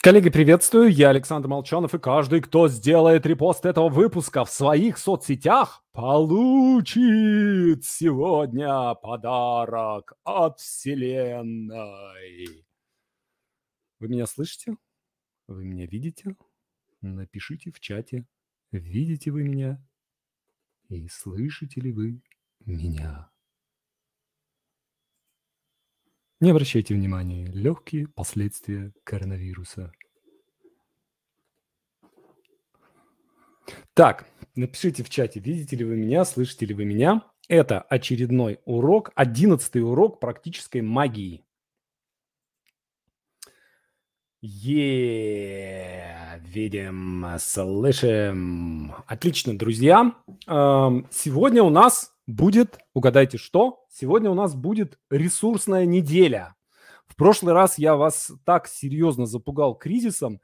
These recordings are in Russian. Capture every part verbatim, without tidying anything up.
Коллеги, приветствую, я Александр Молчанов, и каждый, кто сделает репост этого выпуска в своих соцсетях, получит сегодня подарок от Вселенной. Вы меня слышите? Вы меня видите? Напишите в чате, видите вы меня и слышите ли вы меня. Не обращайте внимания, легкие последствия коронавируса. Так, напишите в чате, видите ли вы меня, слышите ли вы меня. Это очередной урок, одиннадцатый урок практической магии. Е, видим, слышим. Отлично, друзья. Эм, Сегодня у нас будет, угадайте что? Сегодня у нас будет ресурсная неделя. В прошлый раз я вас так серьезно запугал кризисом,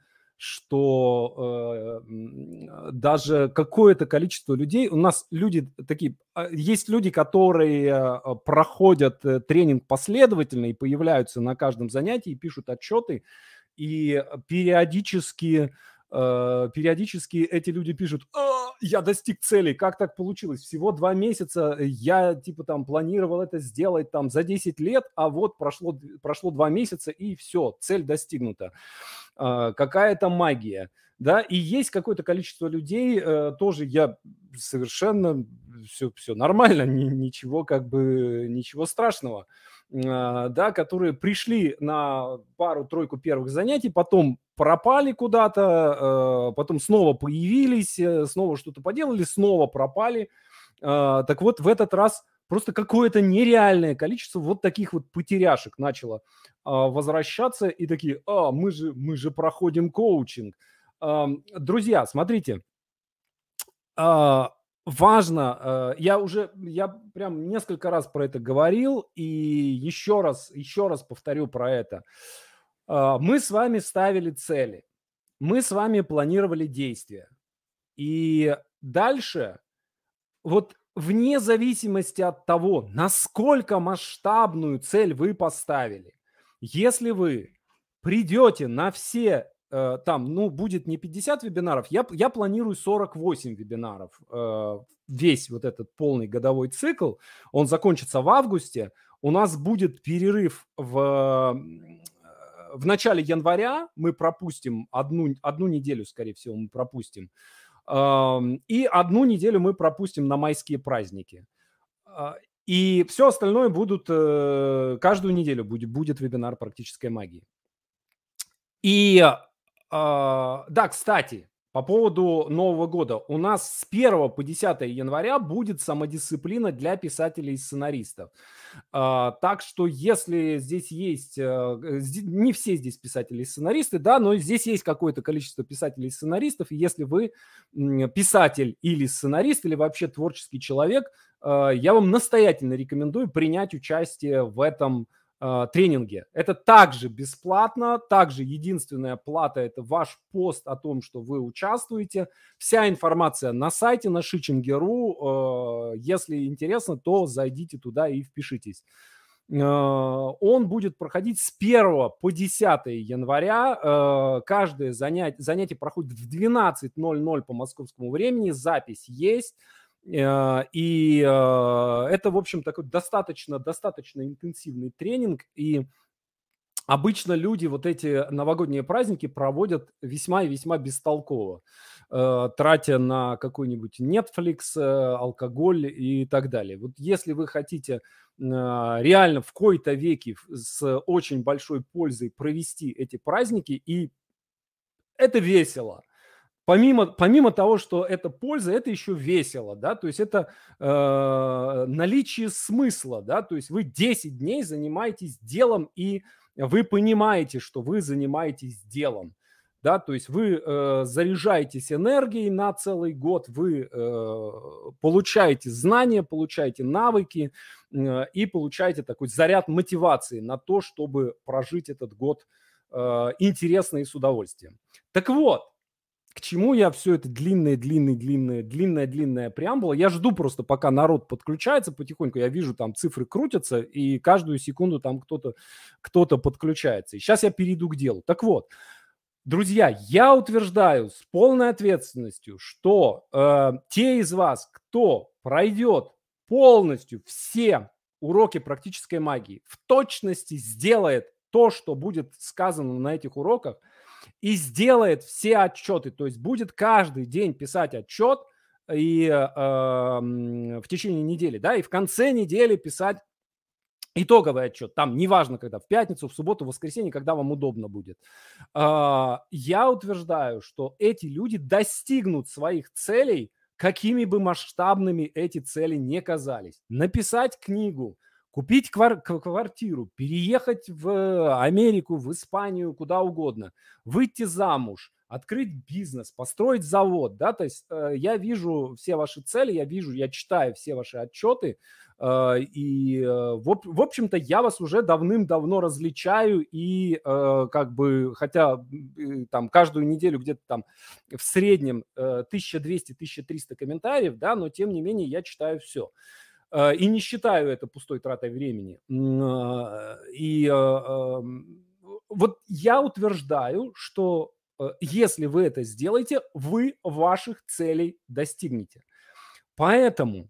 что э, м, даже какое-то количество людей, у нас люди такие, а, есть люди, которые э, проходят э, тренинг последовательно и появляются на каждом занятии, и пишут отчеты, и периодически, э, периодически эти люди пишут: «А, я достиг цели, как так получилось? Всего два месяца, я типа там планировал это сделать там за десять лет, а вот прошло, прошло два месяца и все, цель достигнута». А, какая-то магия, да, и есть какое-то количество людей, э, тоже я совершенно все, все нормально, ни- ничего как бы, ничего страшного, а, да, которые пришли на пару-тройку первых занятий, потом пропали куда-то, э, потом снова появились, э, снова что-то поделали, снова пропали. А, Так вот, в этот раз просто какое-то нереальное количество вот таких вот потеряшек начало а, возвращаться и такие: а, мы же, мы же проходим коучинг. Ам, Друзья, смотрите, а, важно, э, я уже, я прям несколько раз про это говорил, и еще раз, еще раз повторю про это. А, Мы с вами ставили цели, мы с вами планировали действия. И дальше, вот вне зависимости от того, насколько масштабную цель вы поставили, если вы придете на все, э, там, ну, будет не пятьдесят вебинаров, я, п- я планирую сорок восемь вебинаров, э, весь вот этот полный годовой цикл, он закончится в августе, у нас будет перерыв в, м, э, в начале января, мы пропустим одну, одну неделю, скорее всего, мы пропустим. Ам, и одну неделю мы пропустим на майские праздники. А, И все остальное будут, э, каждую неделю будет, будет вебинар практической магии. И, а, да, кстати, по поводу Нового года. У нас с первого по десятое января будет самодисциплина для писателей и сценаристов. А, так что если здесь есть, э, э, зде- не все здесь писатели и сценаристы, да, но здесь есть какое-то количество писателей и сценаристов, и если вы м, писатель или сценарист, или вообще творческий человек, э, я вам настоятельно рекомендую принять участие в этом э, тренинге. Это также бесплатно, также единственная плата – это ваш пост о том, что вы участвуете. Вся информация на сайте на Шичингеру. Э, Если интересно, то зайдите туда и впишитесь. Э, Он будет проходить с первого по десятое января. Э, Каждое занятие, занятие проходит в двенадцать ноль ноль по московскому времени. Запись есть. Э, И э, это, в общем, такой достаточно, достаточно интенсивный тренинг. И обычно люди вот эти новогодние праздники проводят весьма и весьма бестолково, э, тратя на какой-нибудь Netflix, э, алкоголь и так далее. Вот если вы хотите э, реально в кои-то веки в- с очень большой пользой провести эти праздники, и это весело. Помимо, помимо того, что это польза, это еще весело, да, то есть это э, наличие смысла, да, то есть вы десять дней занимаетесь делом, и вы понимаете, что вы занимаетесь делом, да, то есть вы э, заряжаетесь энергией на целый год, вы э, получаете знания, получаете навыки э, и получаете такой заряд мотивации на то, чтобы прожить этот год э, интересно и с удовольствием. Так вот, к чему я все это длинное, длинное, длинное, длинная, длинная преамбула? Я жду просто, пока народ подключается потихоньку. Я вижу, там цифры крутятся, и каждую секунду там кто-то кто подключается. И сейчас я перейду к делу. Так вот, Друзья, я утверждаю с полной ответственностью, что э, те из вас, кто пройдет полностью все уроки практической магии, в точности сделает то, что будет сказано на этих уроках, и сделает все отчеты, то есть будет каждый день писать отчет и, э, м, в течение недели, да, и в конце недели писать итоговый отчет. Там неважно, когда, в пятницу, в субботу, в воскресенье, когда вам удобно будет. А, Я утверждаю, что эти люди достигнут своих целей, какими бы масштабными эти цели не казались. Написать книгу, купить квар- к- квартиру, переехать в Америку, в Испанию, куда угодно, выйти замуж, открыть бизнес, построить завод, да, то есть э, я вижу все ваши цели, я вижу, я читаю все ваши отчеты, э, и э, в, об- в общем-то я вас уже давным-давно различаю и э, как бы, хотя э, там каждую неделю где-то там в среднем э, тысяча двести - тысяча триста комментариев, да, но тем не менее я читаю все. Э, И не считаю это пустой тратой времени. М, а, И э, эм, вот я утверждаю, что э, если вы это сделаете, вы ваших целей достигнете. Поэтому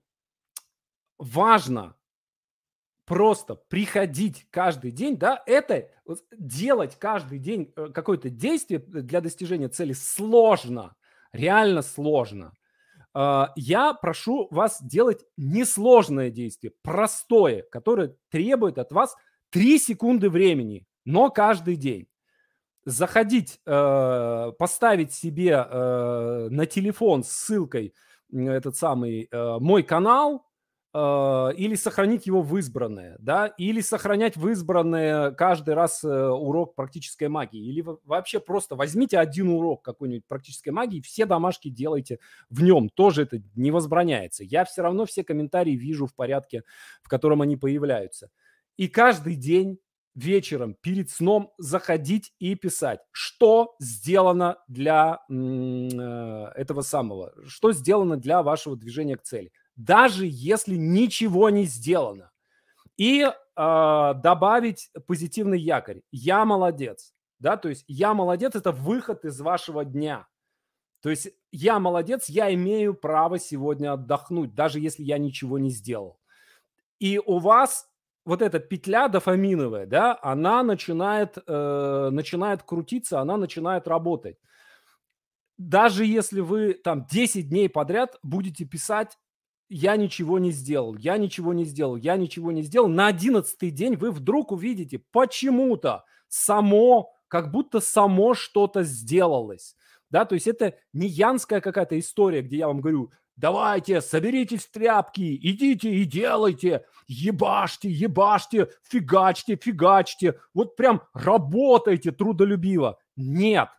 важно просто приходить каждый день, да, это вот делать каждый день э, какое-то действие для достижения цели сложно, реально сложно. А, Я прошу вас делать несложное действие, простое, которое требует от вас три секунды времени, но каждый день. Заходить, э, поставить себе э, на телефон с ссылкой м, этот самый э, мой канал, э, или сохранить его в избранное, да, или сохранять в избранное каждый раз э, урок практической магии, или во- вообще просто возьмите один урок какой-нибудь практической магии, все домашки делайте в нем, тоже это не возбраняется. Я все равно все комментарии вижу в порядке, в котором они появляются. И каждый день вечером перед сном заходить и писать, что сделано для м, э, этого самого, что сделано для вашего движения к цели. Даже если ничего не сделано. И э, добавить позитивный якорь. Я молодец. Да, то есть я молодец – это выход из вашего дня. То есть я молодец, я имею право сегодня отдохнуть, даже если я ничего не сделал. И у вас вот эта петля дофаминовая, да, она начинает, э, начинает крутиться, она начинает работать. Даже если вы там десять дней подряд будете писать: "Я ничего не сделал, я ничего не сделал, я ничего не сделал", на одиннадцатый день вы вдруг увидите почему-то само, как будто само что-то сделалось. Да, то есть это не янская какая-то история, где я вам говорю: "Давайте, соберитесь в тряпки, идите и делайте, ебашьте, ебашьте, фигачьте, фигачьте, вот прям работайте трудолюбиво". Нет,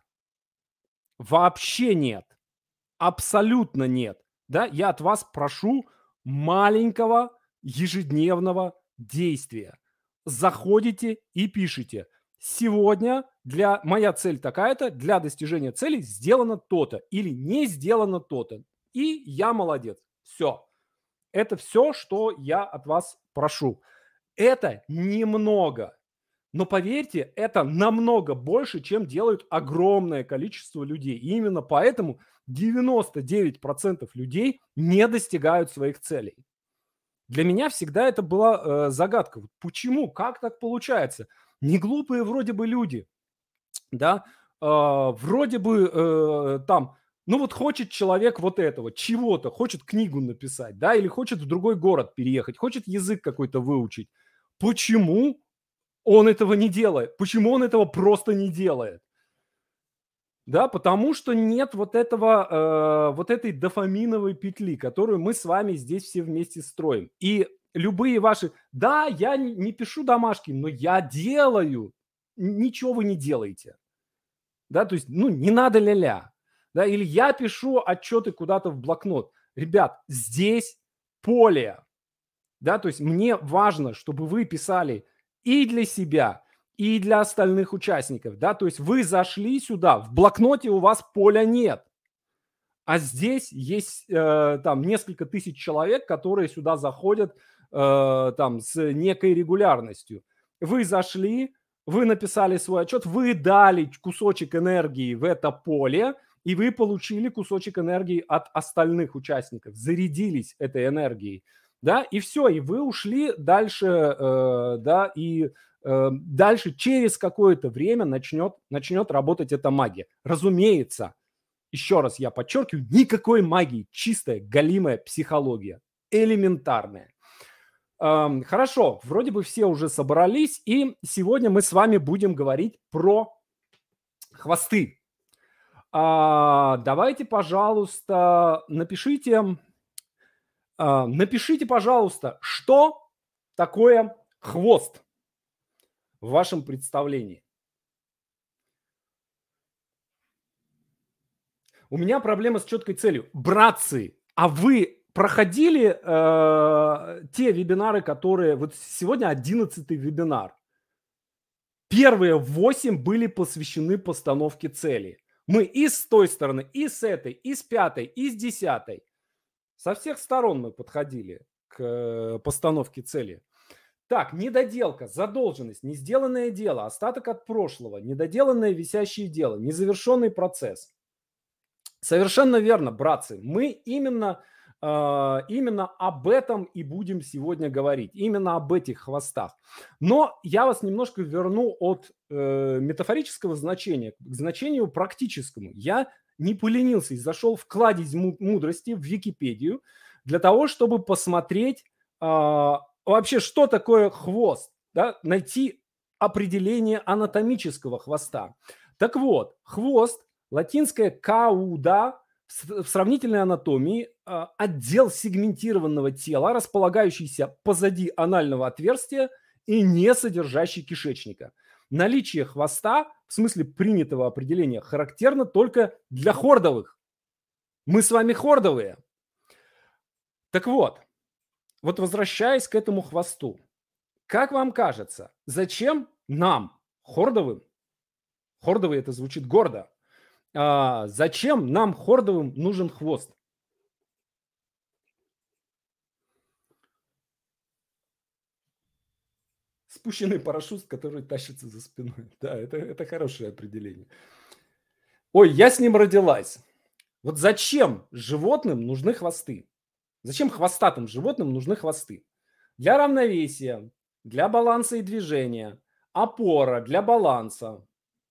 вообще нет. Абсолютно нет. Да, я от вас прошу маленького ежедневного действия. Заходите и пишите: "Сегодня для моя цель такая-то, для достижения цели сделано то-то или не сделано то-то". И я молодец. Все. Это все, что я от вас прошу. Это немного. Но поверьте, это намного больше, чем делают огромное количество людей. И именно поэтому девяносто девять процентов людей не достигают своих целей. Для меня всегда это была э, загадка. Вот почему? Как так получается? Не глупые вроде бы люди, да, а, вроде бы э, там, ну вот хочет человек вот этого, чего-то, хочет книгу написать, да, или хочет в другой город переехать, хочет язык какой-то выучить. Почему он этого не делает? Почему он этого просто не делает? Да, потому что нет вот этого, э, вот этой дофаминовой петли, которую мы с вами здесь все вместе строим. И любые ваши: "Да, я не не пишу домашки, но я делаю". Н Ничего вы не делаете. Да, то есть, ну, не надо ля-ля. Да, или я пишу отчеты куда-то в блокнот. Ребят, здесь поле. Да, то есть мне важно, чтобы вы писали и для себя, и для остальных участников, да, то есть вы зашли сюда, в блокноте у вас поля нет, а здесь есть э, там несколько тысяч человек, которые сюда заходят э, там с некой регулярностью. Вы зашли, вы написали свой отчет, вы дали кусочек энергии в это поле, и вы получили кусочек энергии от остальных участников, зарядились этой энергией, да, и все, и вы ушли дальше, э, да, и э, дальше через какое-то время начнет, начнет работать эта магия. Разумеется, еще раз я подчеркиваю, никакой магии, чистая, галимая психология, элементарная. Эм, хорошо, вроде бы все уже собрались, и сегодня мы с вами будем говорить про хвосты. А, давайте, пожалуйста, напишите, а, напишите, пожалуйста, что такое хвост в вашем представлении. У меня проблема с четкой целью. Братцы, а вы проходили э, те вебинары, которые... Вот сегодня одиннадцатый вебинар. Первые восемь были посвящены постановке цели. Мы и с той стороны, и с этой, и с пятой, и с десятой. Со всех сторон мы подходили к постановке цели. Так, недоделка, задолженность, не сделанное дело, остаток от прошлого, недоделанное висящее дело, незавершенный процесс. Совершенно верно, братцы. Мы именно, э, именно об этом и будем сегодня говорить. Именно об этих хвостах. Но я вас немножко верну от э, метафорического значения к значению практическому. Я не поленился и зашел в кладезь мудрости в Википедию для того, чтобы посмотреть э, вообще, что такое хвост. Да? Найти определение анатомического хвоста. Так вот, хвост, латинское «кауда», в сравнительной анатомии отдел сегментированного тела, располагающийся позади анального отверстия и не содержащий кишечника. Наличие хвоста, в смысле принятого определения, характерно только для хордовых. Мы с вами хордовые. Так вот, вот возвращаясь к этому хвосту, как вам кажется, зачем нам, хордовым, хордовый это звучит гордо, А, зачем нам, хордовым, нужен хвост? Спущенный парашют, который тащится за спиной. Да, это, это хорошее определение. Ой, я с ним родилась. Вот зачем животным нужны хвосты? Зачем хвостатым животным нужны хвосты? Для равновесия, для баланса и движения, опора для баланса.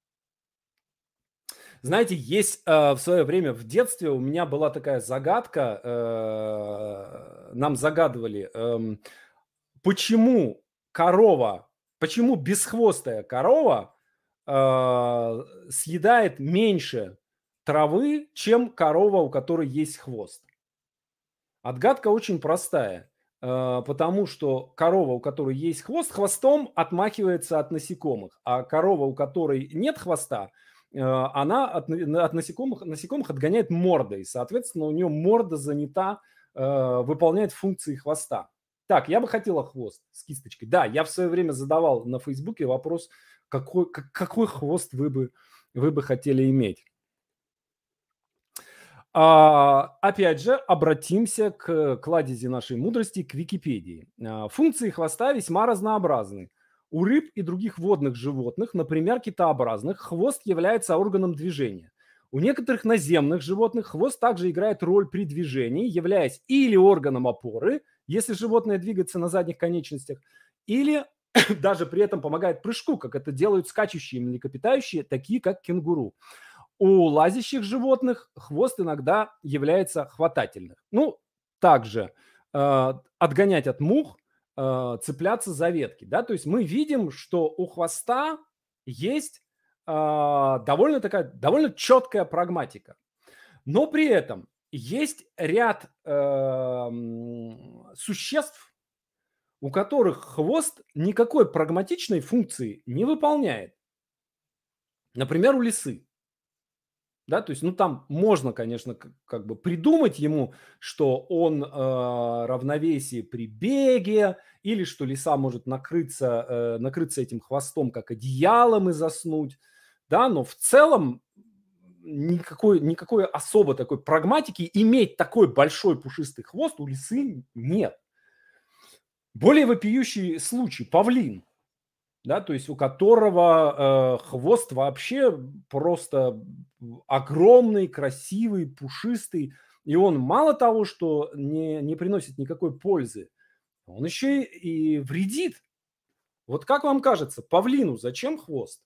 Знаете, есть э, в свое время в детстве у меня была такая загадка, э, нам загадывали, э, почему корова, почему бесхвостая корова э, съедает меньше травы, чем корова, у которой есть хвост. Отгадка очень простая, э, потому что корова, у которой есть хвост, хвостом отмахивается от насекомых, а корова, у которой нет хвоста, она от, от насекомых, насекомых отгоняет мордой. Соответственно, у нее морда занята, э, выполняет функции хвоста. Так, я бы хотела хвост с кисточкой. Да, я в свое время задавал на Фейсбуке вопрос, какой, как, какой хвост вы бы, вы бы хотели иметь. А, опять же, обратимся к кладези нашей мудрости, к Википедии. А, функции хвоста весьма разнообразны. У рыб и других водных животных, например, китообразных, хвост является органом движения. У некоторых наземных животных хвост также играет роль при движении, являясь или органом опоры, если животное двигается на задних конечностях, или даже при этом помогает прыжку, как это делают скачущие млекопитающие, такие как кенгуру. У лазящих животных хвост иногда является хватательным. Ну, также э, отгонять от мух, цепляться за ветки, да, то есть мы видим, что у хвоста есть э, довольно такая, довольно четкая прагматика, но при этом есть ряд э, существ, у которых хвост никакой прагматичной функции не выполняет. Например, у лисы. Да, то есть, ну, там можно, конечно, как, как бы придумать ему, что он э, равновесие при беге, или что лиса может накрыться, э, накрыться этим хвостом как одеялом и заснуть, да, но в целом никакой, никакой особо такой прагматики иметь такой большой пушистый хвост у лисы нет. Более вопиющий случай – павлин. да, то есть у которого, э, хвост вообще просто огромный, красивый, пушистый. И он мало того, что не не приносит никакой пользы, он еще и вредит. Вот как вам кажется, павлину зачем хвост?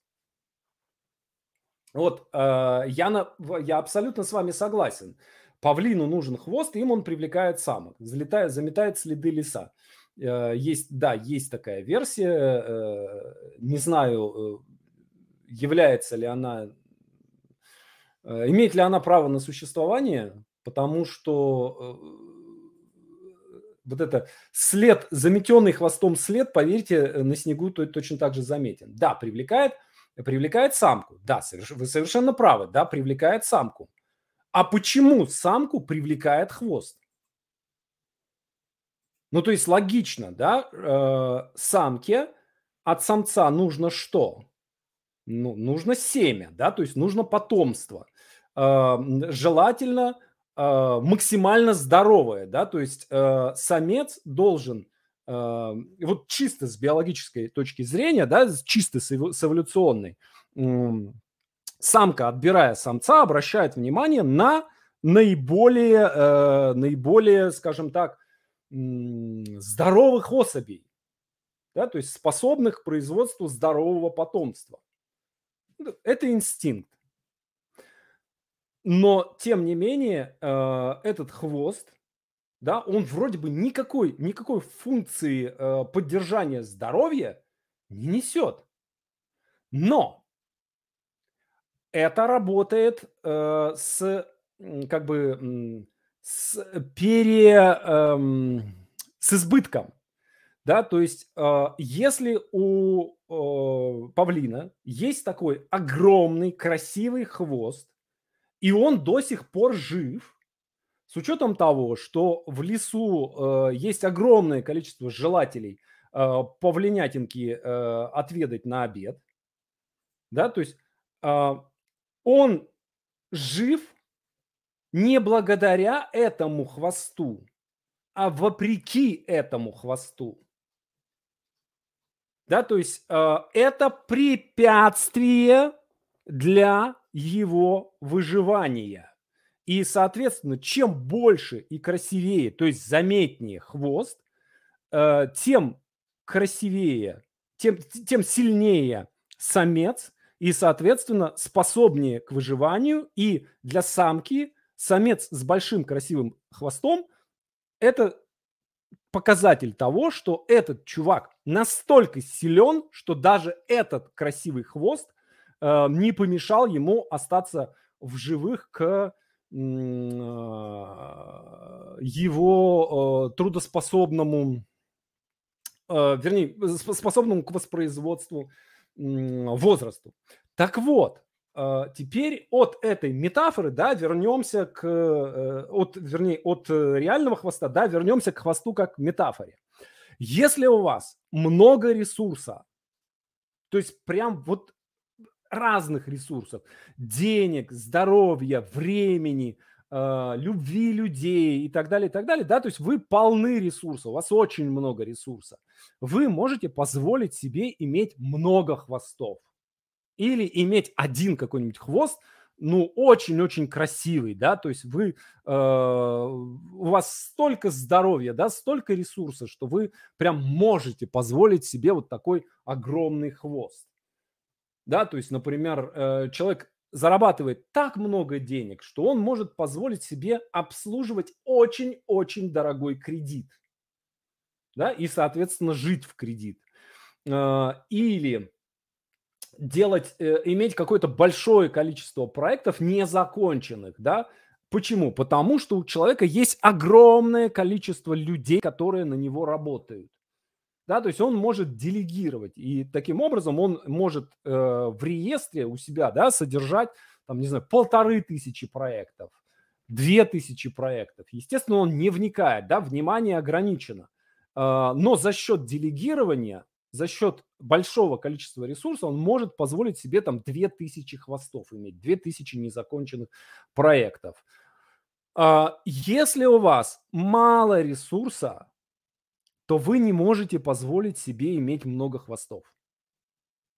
Вот, э, я на в я абсолютно с вами согласен. Павлину нужен хвост, им он привлекает самок, залетает заметает следы лиса. Э, есть, да, есть такая версия, э, не знаю, э, является ли она, э, имеет ли она право на существование, потому что, э, вот это след, заметенный хвостом след, поверьте, э, на снегу то точно так же заметен. Да, привлекает привлекает самку. Да, соверш вы совершенно правы. Да, привлекает самку. А почему самку привлекает хвост? Ну, то есть логично, да, э, самке от самца нужно что? Ну, нужно семя, да, то есть нужно потомство. А, м, желательно, а, максимально здоровое, да, то есть, э, самец должен, а, вот чисто с биологической точки зрения, да, с чисто с эво с эволюционной, м, самка, отбирая самца, обращает внимание на наиболее, э, наиболее, скажем так, м, здоровых особей, да, то есть способных к производству здорового потомства. Ну, это инстинкт. Но тем не менее, э, этот хвост, да, он вроде бы никакой никакой функции, э, поддержания здоровья не несет. Но это работает, э, с, м, как бы, м, с пере эм, с избытком. Да, то есть, э, если у, э, павлина есть такой огромный красивый хвост, и он до сих пор жив, с учетом того, что в лесу, э, есть огромное количество желателей, э, павлинятинки, э, отведать на обед, да, то есть, а, он жив не благодаря этому хвосту, а вопреки этому хвосту. Да, то есть, э, это препятствие для его выживания. И, соответственно, чем больше и красивее, то есть заметнее хвост, э, тем красивее, тем тем сильнее самец и, соответственно, способнее к выживанию. И для самки самец с большим красивым хвостом — это показатель того, что этот чувак настолько силен, что даже этот красивый хвост, э, не помешал ему остаться в живых к, м, а, его, э, трудоспособному, э, вернее, сп способному к воспроизводству, м, возрасту. Так вот, э, теперь от этой метафоры, да, вернемся к, э, от, вернее, от э, реального хвоста, да, вернемся к хвосту как к метафоре. Если у вас много ресурса, то есть прям вот разных ресурсов: денег, здоровья, времени, э, любви людей и так далее, и так далее, да, то есть вы полны ресурса, у вас очень много ресурса. Вы можете позволить себе иметь много хвостов или иметь один какой-нибудь хвост, ну, очень-очень красивый, да, то есть вы, э, у вас столько здоровья, да, столько ресурсов, что вы прям можете позволить себе вот такой огромный хвост. Да, то есть, например, э, человек зарабатывает так много денег, что он может позволить себе обслуживать очень-очень дорогой кредит, да, и, соответственно, жить в кредит. Э, или делать, э, иметь какое-то большое количество проектов незаконченных, да. Почему? Потому что у человека есть огромное количество людей, которые на него работают. Да, то есть он может делегировать, и таким образом он может, э, в реестре у себя, да, содержать, там, не знаю, полторы тысячи проектов, две тысячи проектов. Естественно, он не вникает, да, внимание ограничено. А, но за счет делегирования, за счет большого количества ресурсов он может позволить себе там две тысячи хвостов иметь, две тысячи незаконченных проектов. А, если у вас мало ресурса, то вы не можете позволить себе иметь много хвостов.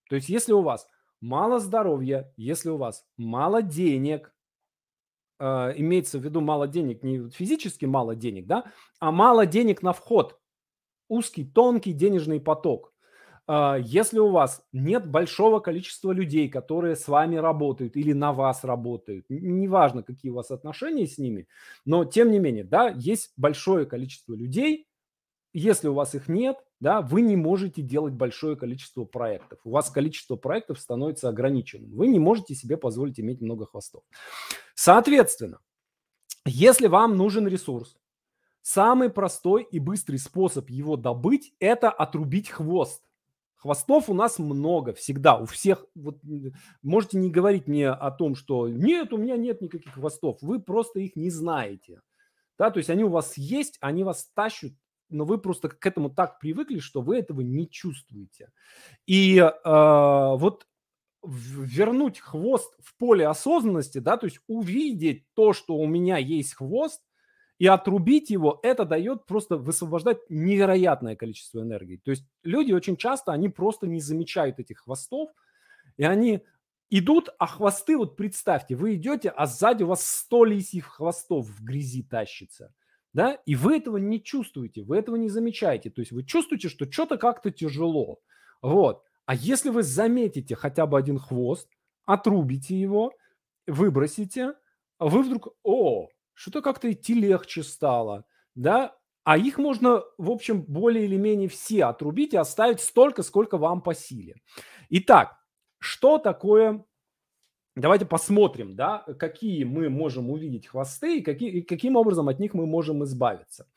То есть если у вас мало здоровья, если у вас мало денег, э, имеется в виду мало денег не физически мало денег, да, а мало денег на вход, узкий, тонкий денежный поток. А, Если у вас нет большого количества людей, которые с вами работают или на вас работают, н- неважно, какие у вас отношения с ними, но тем не менее, да, есть большое количество людей, если у вас их нет, да, вы не можете делать большое количество проектов. У вас количество проектов становится ограниченным. Вы не можете себе позволить иметь много хвостов. Соответственно, если вам нужен ресурс, самый простой и быстрый способ его добыть – это отрубить хвост. Хвостов у нас много, всегда, у всех. Вот, м, можете не говорить мне о том, что нет, у меня нет никаких хвостов. Вы просто их не знаете. Да, то есть они у вас есть, они вас тащат, но вы просто к этому так привыкли, что вы этого не чувствуете. И э, вот в- вернуть хвост в поле осознанности, да, то есть увидеть то, что у меня есть хвост, и отрубить его, это дает просто высвобождать невероятное количество энергии. То есть люди очень часто, они просто не замечают этих хвостов, и они идут, а хвосты, вот представьте, вы идете, а сзади у вас сто лисьих хвостов в грязи тащится. Да, и вы этого не чувствуете, вы этого не замечаете. То есть вы чувствуете, что что-то как-то тяжело. Вот. А если вы заметите хотя бы один хвост, отрубите его, выбросите, а вы вдруг, о, что-то как-то идти легче стало, да, а их можно, в общем, более или менее все отрубить и оставить столько, сколько вам по силе. Итак, что такое. Давайте посмотрим, да, какие мы можем увидеть хвосты и, какие, и каким образом от них мы можем избавиться.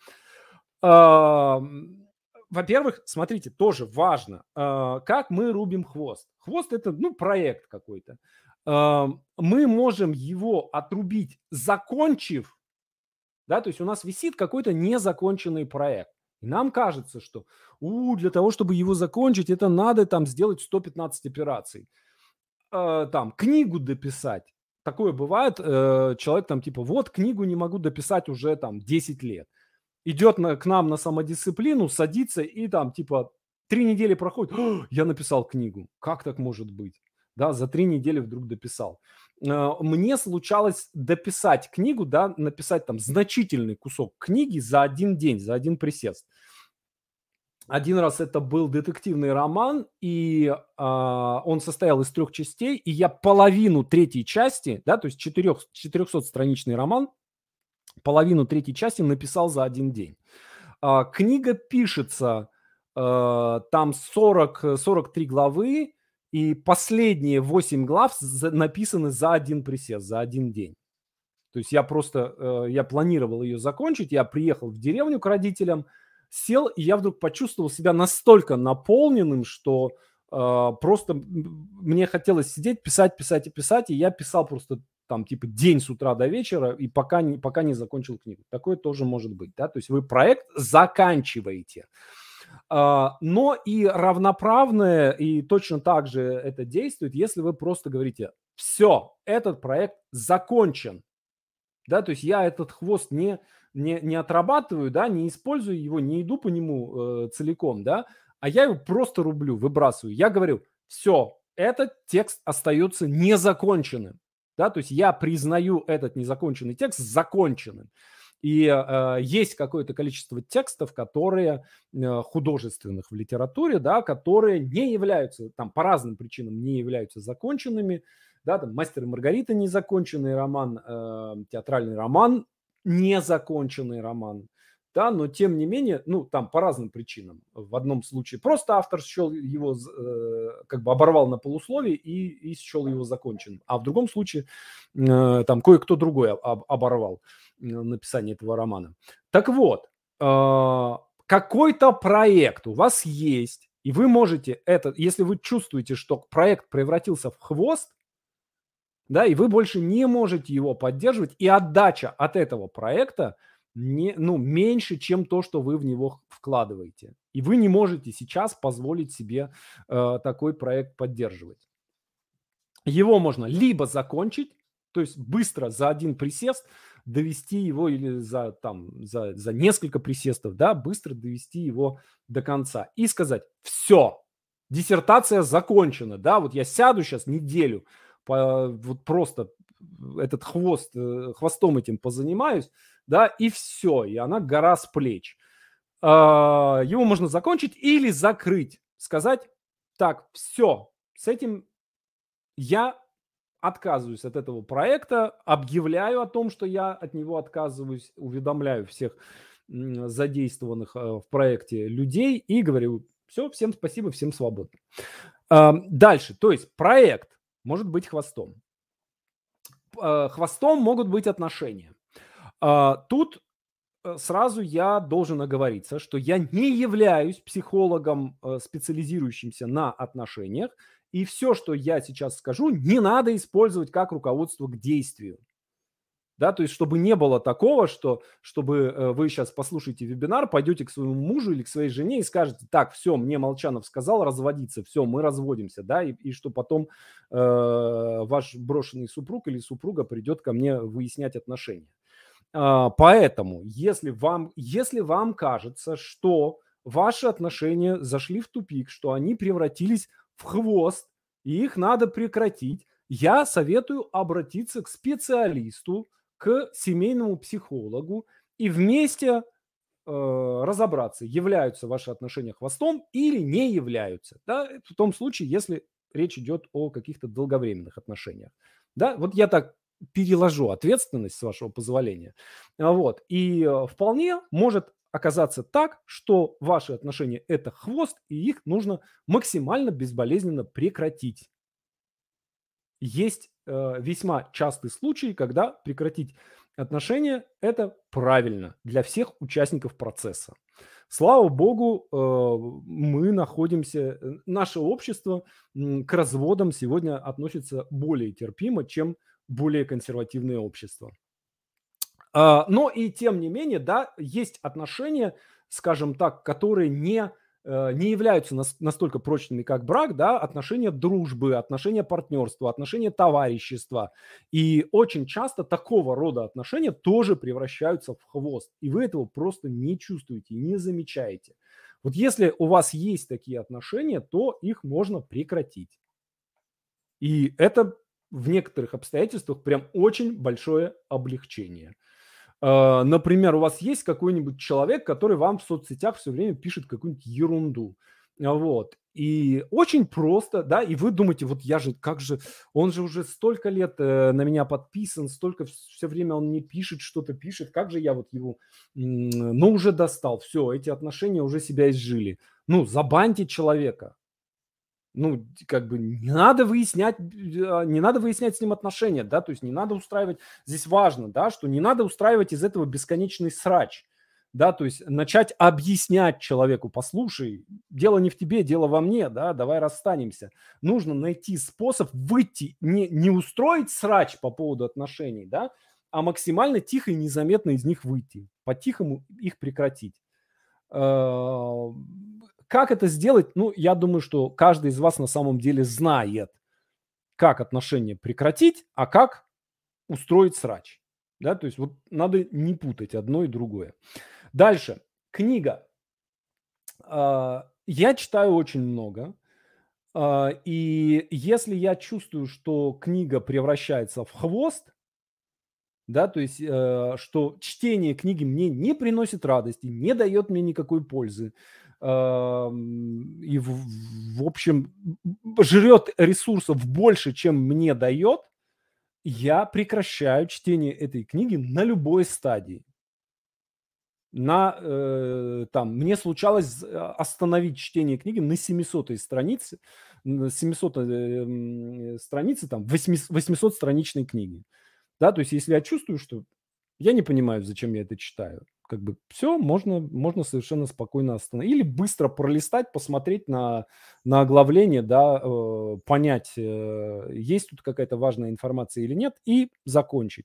Ам, Во-первых, смотрите, тоже важно, а, как мы рубим хвост. Хвост – это, ну, проект какой-то. Ам, Мы можем его отрубить, закончив, да, то есть у нас висит какой-то незаконченный проект. И нам кажется, что у, для того, чтобы его закончить, это надо там сделать сто пятнадцать операций. Э, там книгу дописать. Такое бывает, э, человек там типа, вот книгу не могу дописать уже там десять лет. Идет на, к нам на самодисциплину, садится и там типа три недели проходит, «О, я написал книгу. Как так может быть? Да, за три недели вдруг дописал. Э, Мне случалось дописать книгу, да, написать там значительный кусок книги за один день, за один присест. Один раз это был детективный роман, и а, он состоял из трех частей, и я половину третьей части, да, то есть четырех, четырехсотстраничный роман, половину третьей части написал за один день. А, книга пишется, э, там сорок, э, сорок три главы, и последние восемь глав за- написаны за один присест, за один день. То есть я просто, э, я планировал ее закончить, я приехал в деревню к родителям, сел, и я вдруг почувствовал себя настолько наполненным, что э, просто м, мне хотелось сидеть, писать, писать и писать, и я писал просто там типа день с утра до вечера, и пока не, пока не закончил книгу. Такое тоже может быть, да, то есть вы проект заканчиваете. А, Но и равноправное, и точно так же это действует, если вы просто говорите, все, этот проект закончен, да, то есть я этот хвост не, не, не отрабатываю, да, не использую его, не иду по нему э, целиком, да, а я его просто рублю, выбрасываю. Я говорю, все, этот текст остается незаконченным, да, то есть я признаю этот незаконченный текст законченным. И э, есть какое-то количество текстов, которые э, художественных в литературе, да, которые не являются, там по разным причинам не являются законченными, да, там «Мастер и Маргарита» незаконченный роман, э, театральный роман незаконченный роман, да, но тем не менее, ну, там по разным причинам. В одном случае просто автор счел его, э, как бы оборвал на полусловие и, и счел его законченным, а в другом случае э, там кое-кто другой об, оборвал э, написание этого романа. Так вот, э, какой-то проект у вас есть, и вы можете это, если вы чувствуете, что проект превратился в хвост, да, и вы больше не можете его поддерживать, и отдача от этого проекта не, ну, меньше, чем то, что вы в него вкладываете. И вы не можете сейчас позволить себе э, такой проект поддерживать. Его можно либо закончить, то есть быстро за один присест довести его или за, там, за, за несколько присестов, да, быстро довести его до конца и сказать, все, диссертация закончена, да, вот я сяду сейчас неделю, по, вот просто этот хвост, э, хвостом этим позанимаюсь, да, и все, и она гора с плеч. А, его можно закончить или закрыть, сказать, так, все, с этим я отказываюсь от этого проекта, объявляю о том, что я от него отказываюсь, уведомляю всех м, задействованных э, в проекте людей и говорю, все, всем спасибо, всем свободно. А, Дальше, то есть проект может быть хвостом. Э, Хвостом могут быть отношения. А, Тут э, сразу я должен оговориться, что я не являюсь психологом, э, специализирующимся на отношениях, и все, что я сейчас скажу, не надо использовать как руководство к действию. Да, то есть чтобы не было такого, что чтобы э, вы сейчас послушаете вебинар, пойдете к своему мужу или к своей жене и скажете, так, все, мне Молчанов сказал разводиться, все, мы разводимся, да, и, и что потом э, ваш брошенный супруг или супруга придет ко мне выяснять отношения. А, Поэтому, если вам, если вам кажется, что ваши отношения зашли в тупик, что они превратились в хвост, и их надо прекратить, я советую обратиться к специалисту, к семейному психологу и вместе э, разобраться, являются ваши отношения хвостом или не являются. Да, в том случае, если речь идет о каких-то долговременных отношениях. Да, вот я так переложу ответственность, с вашего позволения. А, Вот. И э, вполне может оказаться так, что ваши отношения – это хвост, и их нужно максимально безболезненно прекратить. Есть э, весьма частый случай, когда прекратить отношения – это правильно для всех участников процесса. Слава богу, э, мы находимся, э, наше общество м, к разводам сегодня относится более терпимо, чем более консервативное общество. А, но и тем не менее, да, есть отношения, скажем так, которые не, э, не являются нас- настолько прочными, как брак, да, отношения дружбы, отношения партнерства, отношения товарищества. И очень часто такого рода отношения тоже превращаются в хвост, и вы этого просто не чувствуете, не замечаете. Вот если у вас есть такие отношения, то их можно прекратить. И это в некоторых обстоятельствах прям очень большое облегчение. Э, например, у вас есть какой-нибудь человек, который вам в соцсетях все время пишет какую-нибудь ерунду. А, вот. И очень просто, да, и вы думаете, вот я же, как же, он же уже столько лет э, на меня подписан, столько все время он мне пишет, что-то пишет, как же я вот его, м, ну, уже достал, все, эти отношения уже себя изжили. Ну, забаньте человека. Ну, как бы не надо выяснять, а, не надо выяснять с ним отношения, да, то есть не надо устраивать, здесь важно, да, что не надо устраивать из этого бесконечный срач, да, то есть начать объяснять человеку, послушай, дело не в тебе, дело во мне, да, давай расстанемся. Нужно найти способ выйти, не, не устроить срач по поводу отношений, да, а максимально тихо и незаметно из них выйти, по-тихому их прекратить. Э, Как это сделать? Ну, я думаю, что каждый из вас на самом деле знает, как отношения прекратить, а как устроить срач. Да, то есть вот надо не путать одно и другое. Дальше. Книга. А, Я читаю очень много. а, И если я чувствую, что книга превращается в хвост, да, то есть, э, что чтение книги мне не приносит радости, не дает мне никакой пользы, ам, и, в, в общем, жрет ресурсов больше, чем мне дает, я прекращаю чтение этой книги на любой стадии. На, э, там, мне случалось э, остановить чтение книги на семисотой странице, на семисотой э, м, странице, там, восьмисот-страничной книги. Да, то есть если я чувствую, что я не понимаю, зачем я это читаю, как бы все, можно, можно совершенно спокойно остановить. Или быстро пролистать, посмотреть на, на оглавление, да, э, понять, э, есть тут какая-то важная информация или нет, и закончить.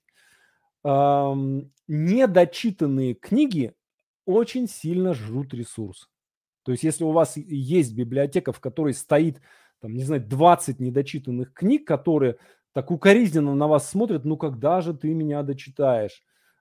Ам, недочитанные книги очень сильно жрут ресурс. То есть если у вас и есть библиотека, в которой стоит, там, не знаю, двадцать недочитанных книг, которые так укоризненно на вас смотрят, ну когда же ты меня дочитаешь?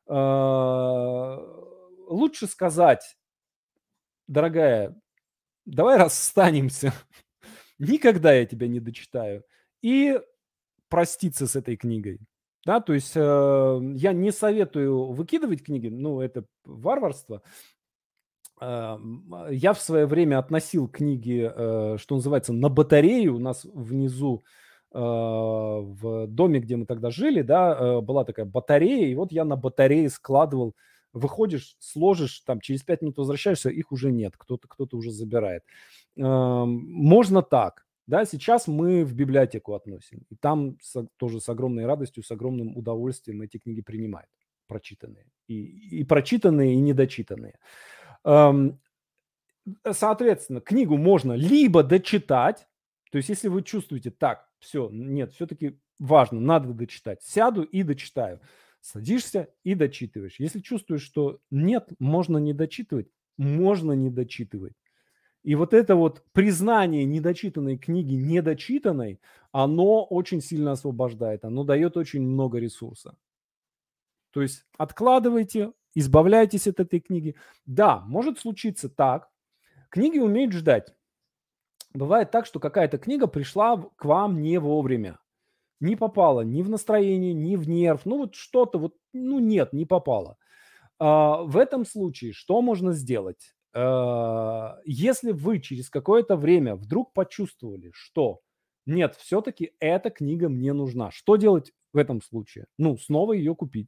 А, Лучше сказать, дорогая, давай расстанемся. никогда я тебя не дочитаю, и проститься с этой книгой. Да, то есть э, я не советую выкидывать книги, ну, это варварство. А, м, а, Я в свое время относил книги, э, что называется, на батарею. У нас внизу э, в доме, где мы тогда жили, да, э, была такая батарея, и вот я на батарее складывал. Выходишь, сложишь, там через пять минут возвращаешься, их уже нет, кто-то кто-то уже забирает. Ам, Можно так. Да, сейчас мы в библиотеку относим, и там с- тоже с огромной радостью, с огромным удовольствием эти книги принимают, прочитанные. И, и прочитанные, и недочитанные. Ам, Соответственно, книгу можно либо дочитать, то есть если вы чувствуете, так, все, нет, все-таки важно, надо дочитать, сяду и дочитаю. Садишься и дочитываешь. Если чувствуешь, что нет, можно не дочитывать, можно не дочитывать. И вот это вот признание недочитанной книги недочитанной, оно очень сильно освобождает, оно дает очень много ресурса. То есть откладывайте, избавляйтесь от этой книги. Да, может случиться так. Книги умеют ждать. Бывает так, что какая-то книга пришла в- к вам не вовремя. Не попала ни в настроение, ни в нерв. Ну вот что-то вот, ну нет, не попало. А, в этом случае что можно сделать? А, Если вы через какое-то время вдруг почувствовали, что нет, все-таки эта книга мне нужна, что делать в этом случае? Ну, снова ее купить.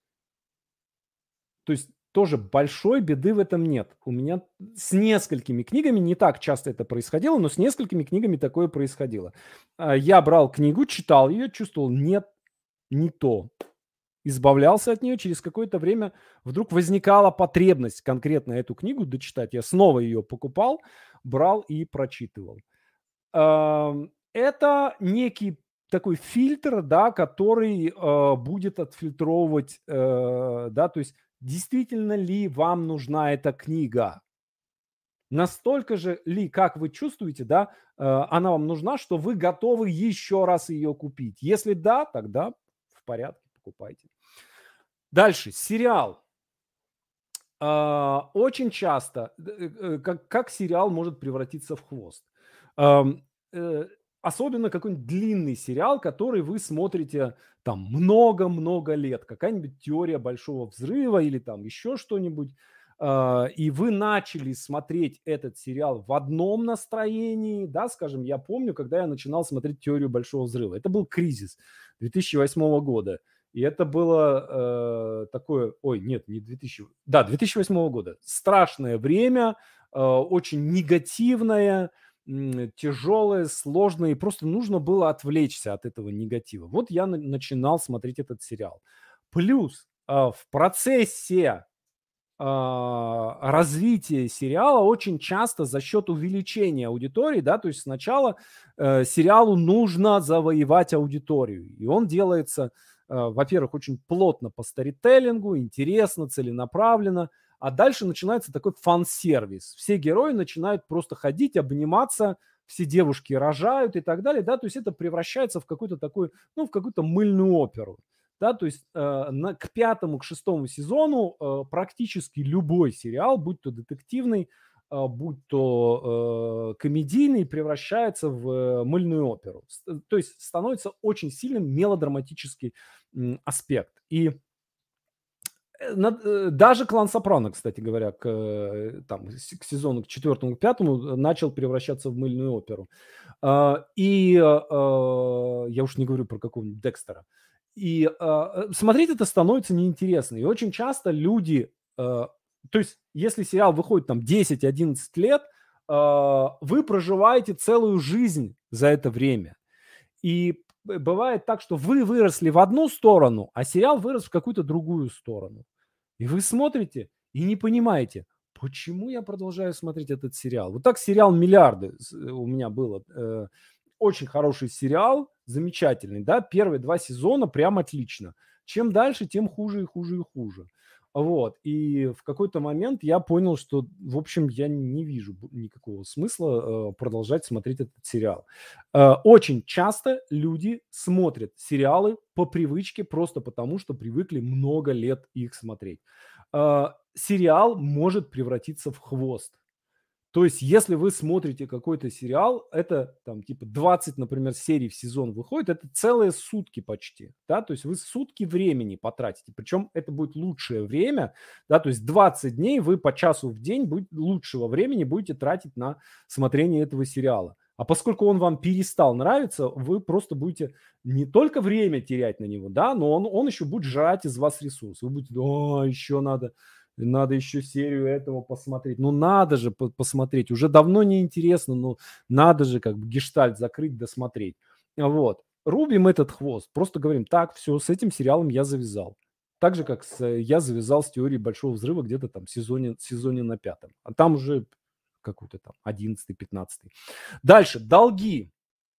То есть тоже большой беды в этом нет. У меня с несколькими книгами, не так часто это происходило, но с несколькими книгами такое происходило. А, Я брал книгу, читал ее, чувствовал, нет, не то. Избавлялся от нее, через какое-то время вдруг возникала потребность конкретно эту книгу дочитать. Я снова ее покупал, брал и прочитывал. Ам, Это некий такой фильтр, да, который э, будет отфильтровывать, э, да, то есть действительно ли вам нужна эта книга, настолько же ли, как вы чувствуете, да, э, она вам нужна, что вы готовы еще раз ее купить. Если да, тогда в порядке, покупайте. Дальше, сериал. А, Очень часто, д- э, э, как, как сериал может превратиться в хвост. Ам, э, Особенно какой-нибудь длинный сериал, который вы смотрите там много-много лет. Какая-нибудь теория большого взрыва или там еще что-нибудь. А, И вы начали смотреть этот сериал в одном настроении, да, скажем, я помню, когда я начинал смотреть теорию большого взрыва. Это был кризис две тысячи восьмого года. И это было, э, такое, ой, нет, не две тысячи, да, две тысячи восьмого года. Страшное время, э, очень негативное, м, тяжелое, сложное, и просто нужно было отвлечься от этого негатива. Вот я на- начинал смотреть этот сериал. Плюс а, в процессе а, развития сериала очень часто за счет увеличения аудитории, да, то есть сначала э, сериалу нужно завоевать аудиторию, и он делается, э, во-первых, очень плотно по сторителлингу, интересно, целенаправленно, а дальше начинается такой фан-сервис. Все герои начинают просто ходить, обниматься, все девушки рожают и так далее, да, то есть это превращается в какую-то такую, ну, в какую-то мыльную оперу. Да, то есть э, на, к пятому, к шестому сезону э, практически любой сериал, будь то детективный, э, будь то э, комедийный, превращается в э, мыльную оперу. С- э, То есть становится очень сильным мелодраматический м, аспект. И э, над- э, даже клан Сопрано, кстати говоря, к, э, там, с- к сезону, к четвертому, к пятому э, начал превращаться в мыльную оперу. А, И э, э, я уж не говорю про какого-нибудь Декстера. И а, э, смотреть это становится неинтересно. И очень часто люди, э, то есть если сериал выходит там десять-одиннадцать лет, э, вы проживаете целую жизнь за это время. И б- бывает так, что вы выросли в одну сторону, а сериал вырос в какую-то другую сторону. И вы смотрите и не понимаете, почему я продолжаю смотреть этот сериал. Вот так сериал «Миллиарды» с- э, у меня было. э, Очень хороший сериал, замечательный, да, первые два сезона прям отлично. Чем дальше, тем хуже и хуже и хуже. Вот, и в какой-то момент я понял, что, в общем, я не вижу б- никакого смысла э, продолжать смотреть этот сериал. Э, Очень часто люди смотрят сериалы по привычке, просто потому что привыкли много лет их смотреть. Э, Сериал может превратиться в хвост. То есть, если вы смотрите какой-то сериал, это там типа двадцать, например, серий в сезон выходит, это целые сутки почти, да, то есть вы сутки времени потратите, причем это будет лучшее время, да, то есть двадцать дней вы по часу в день будет, лучшего времени будете тратить на смотрение этого сериала. А поскольку он вам перестал нравиться, вы просто будете не только время терять на него, да, но он, он еще будет жрать из вас ресурс. Вы будете, о, еще надо надо еще серию этого посмотреть. Ну, надо же по- посмотреть. Уже давно не интересно, но надо же как бы гештальт закрыть, досмотреть. Вот. Рубим этот хвост. Просто говорим, так, все, с этим сериалом я завязал. Так же, как с, э, я завязал с теорией Большого Взрыва где-то там в сезоне, сезоне на пятом. А там уже какой-то там одиннадцатый, пятнадцатый. Дальше. Долги.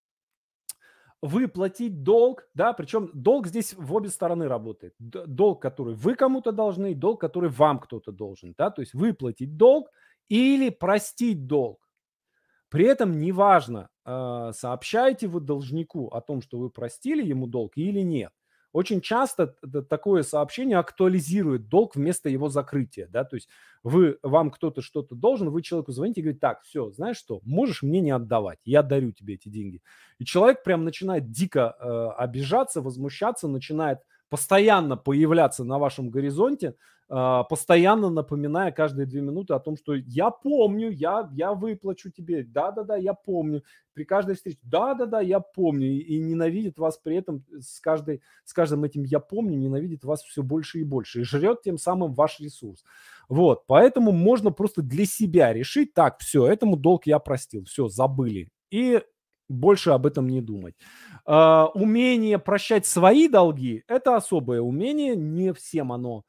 Выплатить долг, да, причем долг здесь в обе стороны работает. Д- Долг, который вы кому-то должны, и долг, который вам кто-то должен, да, то есть выплатить долг или простить долг. При этом неважно, а, сообщаете вы должнику о том, что вы простили ему долг или нет. Очень часто т- такое сообщение актуализирует долг вместо его закрытия. Да? То есть вы, вам кто-то что-то должен, вы человеку звоните и говорите, так, все, знаешь что, можешь мне не отдавать, я дарю тебе эти деньги. И человек прям начинает дико э, обижаться, возмущаться, начинает постоянно появляться на вашем горизонте, а, постоянно напоминая каждые две минуты о том, что я помню, я, я выплачу тебе, да-да-да, я помню, при каждой встрече, да-да-да, я помню, и, и ненавидит вас при этом с, каждой, с каждым этим я помню, ненавидит вас все больше и больше, и жрет тем самым ваш ресурс. Вот, поэтому можно просто для себя решить, так, все, этому долг я простил, все, забыли, и больше об этом не думать. А, умение прощать свои долги – это особое умение, не всем оно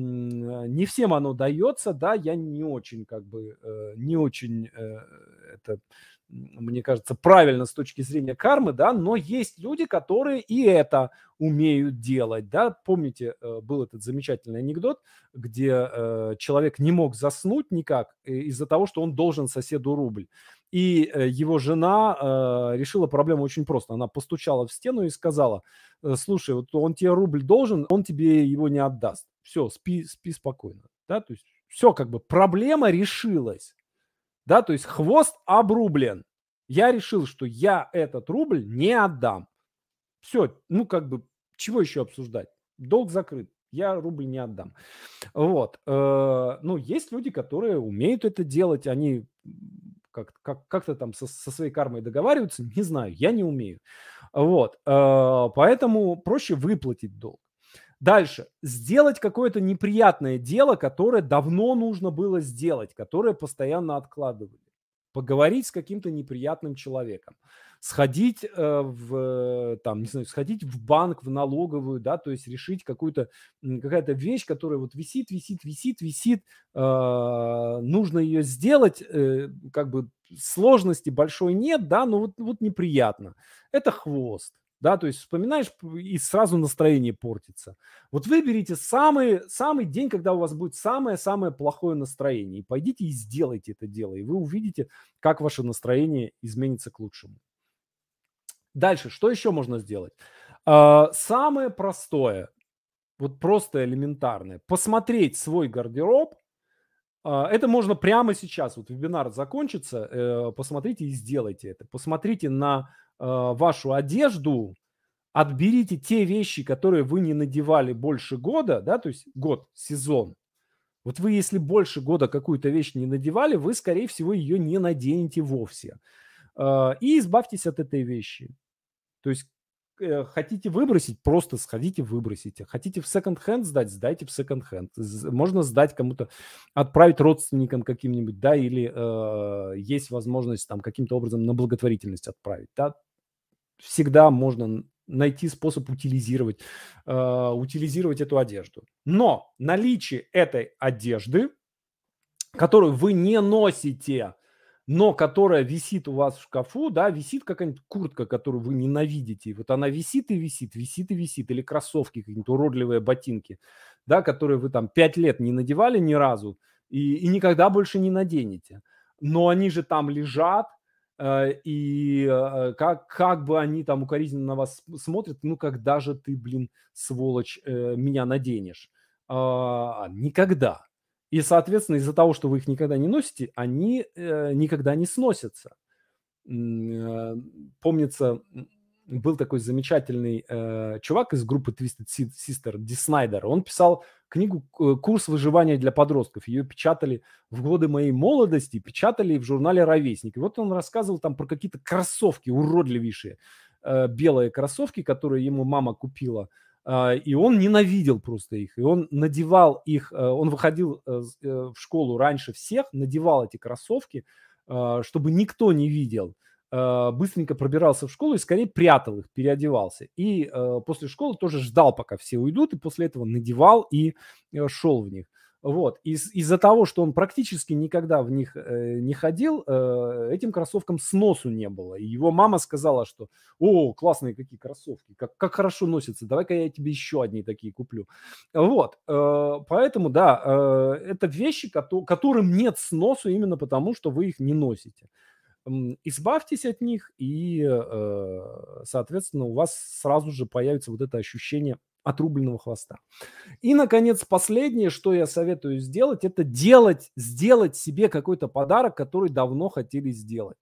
м, не всем оно дается, да, я не очень, как бы, э, не очень э, это, м, мне кажется, правильно с точки зрения кармы, да, но есть люди, которые и это умеют делать, да. Помните, э, был этот замечательный анекдот, где э, человек не мог заснуть никак э, из-за того, что он должен соседу рубль. И э, его жена э, решила проблему очень просто. Она постучала в стену и сказала, э, слушай, вот он тебе рубль должен, он тебе его не отдаст. Все, спи, спи спокойно. Да, то есть все, как бы проблема решилась. Да, то есть хвост обрублен. Я решил, что я этот рубль не отдам. Все, ну как бы, чего еще обсуждать? Долг закрыт. Я рубль не отдам. Вот. э, Ну, есть люди, которые умеют это делать, они м, как, как, как-то там со, со своей кармой договариваются, не знаю, я не умею. Вот. э, Поэтому проще выплатить долг. Дальше. Сделать какое-то неприятное дело, которое давно нужно было сделать, которое постоянно откладывали. Поговорить с каким-то неприятным человеком. Сходить э, в, там, не знаю, сходить в банк, в налоговую, да, то есть решить какую-то, м, какая-то вещь, которая вот висит, висит, висит, висит, э, нужно ее сделать, э, как бы сложности большой нет, да, но вот, вот неприятно. Это хвост. Да, то есть вспоминаешь п- и сразу настроение портится. Вот выберите самый, самый день, когда у вас будет самое-самое плохое настроение, и пойдите и сделайте это дело, и вы увидите, как ваше настроение изменится к лучшему. Дальше, что еще можно сделать? А, Самое простое, вот просто элементарное, посмотреть свой гардероб. А, Это можно прямо сейчас, вот вебинар закончится, э, посмотрите и сделайте это. Посмотрите на э, вашу одежду, отберите те вещи, которые вы не надевали больше года, да, то есть год, сезон. Вот вы, если больше года какую-то вещь не надевали, вы, скорее всего, ее не наденете вовсе. А, И избавьтесь от этой вещи. То есть э, хотите выбросить, просто сходите выбросите. Хотите в секонд-хенд сдать, сдайте в секонд-хенд. З- Можно сдать кому-то, отправить родственникам каким-нибудь, да, или э, есть возможность там каким-то образом на благотворительность отправить, да. Всегда можно н- найти способ утилизировать, э, утилизировать эту одежду. Но наличие этой одежды, которую вы не носите, но которая висит у вас в шкафу, да, висит какая-нибудь куртка, которую вы ненавидите, и вот она висит и висит, висит и висит, или кроссовки, какие-нибудь уродливые ботинки, да, которые вы там пять лет не надевали ни разу и, и никогда больше не наденете. Но они же там лежат, э, и э, как, как бы они там укоризненно на вас см- смотрят, ну когда же ты, блин, сволочь, э, меня наденешь? А, никогда. И, соответственно, из-за того, что вы их никогда не носите, они э, никогда не сносятся. М, э, Помнится, м, был такой замечательный э, чувак из группы Twisted Си- Sister, Ди Снайдер. Он писал книгу э, «Курс выживания для подростков». Ее печатали в годы моей молодости, печатали в журнале «Ровесник». И вот он рассказывал там про какие-то кроссовки уродливейшие, э, белые кроссовки, которые ему мама купила. А, И он ненавидел просто их. И он надевал их, э, он выходил э, с- э, в школу раньше всех, надевал эти кроссовки, а, чтобы никто не видел, а, быстренько пробирался в школу и скорее прятал их, переодевался. И э, после школы тоже ждал, пока все уйдут, и после этого надевал и э, шел в них. Вот. Из- из-за того, что он практически никогда в них э, не ходил, э, этим кроссовкам сносу не было. И его мама сказала, что «О, классные какие кроссовки, как, как хорошо носятся, давай-ка я тебе еще одни такие куплю». Вот, э, поэтому, да, э, это вещи, кото- которым нет сносу именно потому, что вы их не носите. М, Избавьтесь от них, и, э, соответственно, у вас сразу же появится вот это ощущение отрубленного хвоста. И, наконец, последнее, что я советую сделать, это делать, сделать себе какой-то подарок, который давно хотели сделать.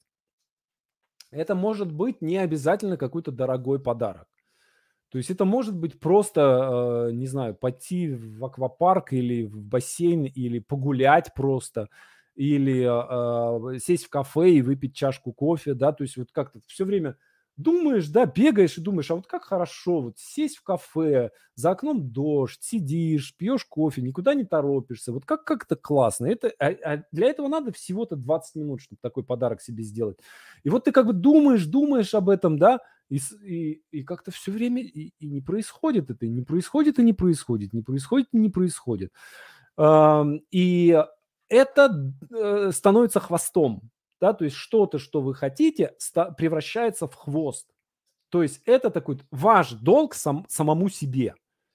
Это может быть не обязательно какой-то дорогой подарок. То есть это может быть просто, э, не знаю, пойти в аквапарк или в бассейн, или погулять просто, или а, а, сесть в кафе и выпить чашку кофе, да, то есть вот как-то все время думаешь, да, бегаешь и думаешь, а вот как хорошо вот сесть в кафе, за окном дождь, сидишь, пьешь кофе, никуда не торопишься, вот как как это классно. Это, а, а для этого надо всего-то двадцать минут, чтобы такой подарок себе сделать. И вот ты как бы думаешь, думаешь об этом, да, и, с- и, и как-то все время и, и не происходит это, и не происходит, и не происходит, не происходит, и не происходит. Ам, И это э, становится хвостом, да, то есть что-то, что вы хотите, ста- превращается в хвост. То есть это такой ваш долг сам- самому себе.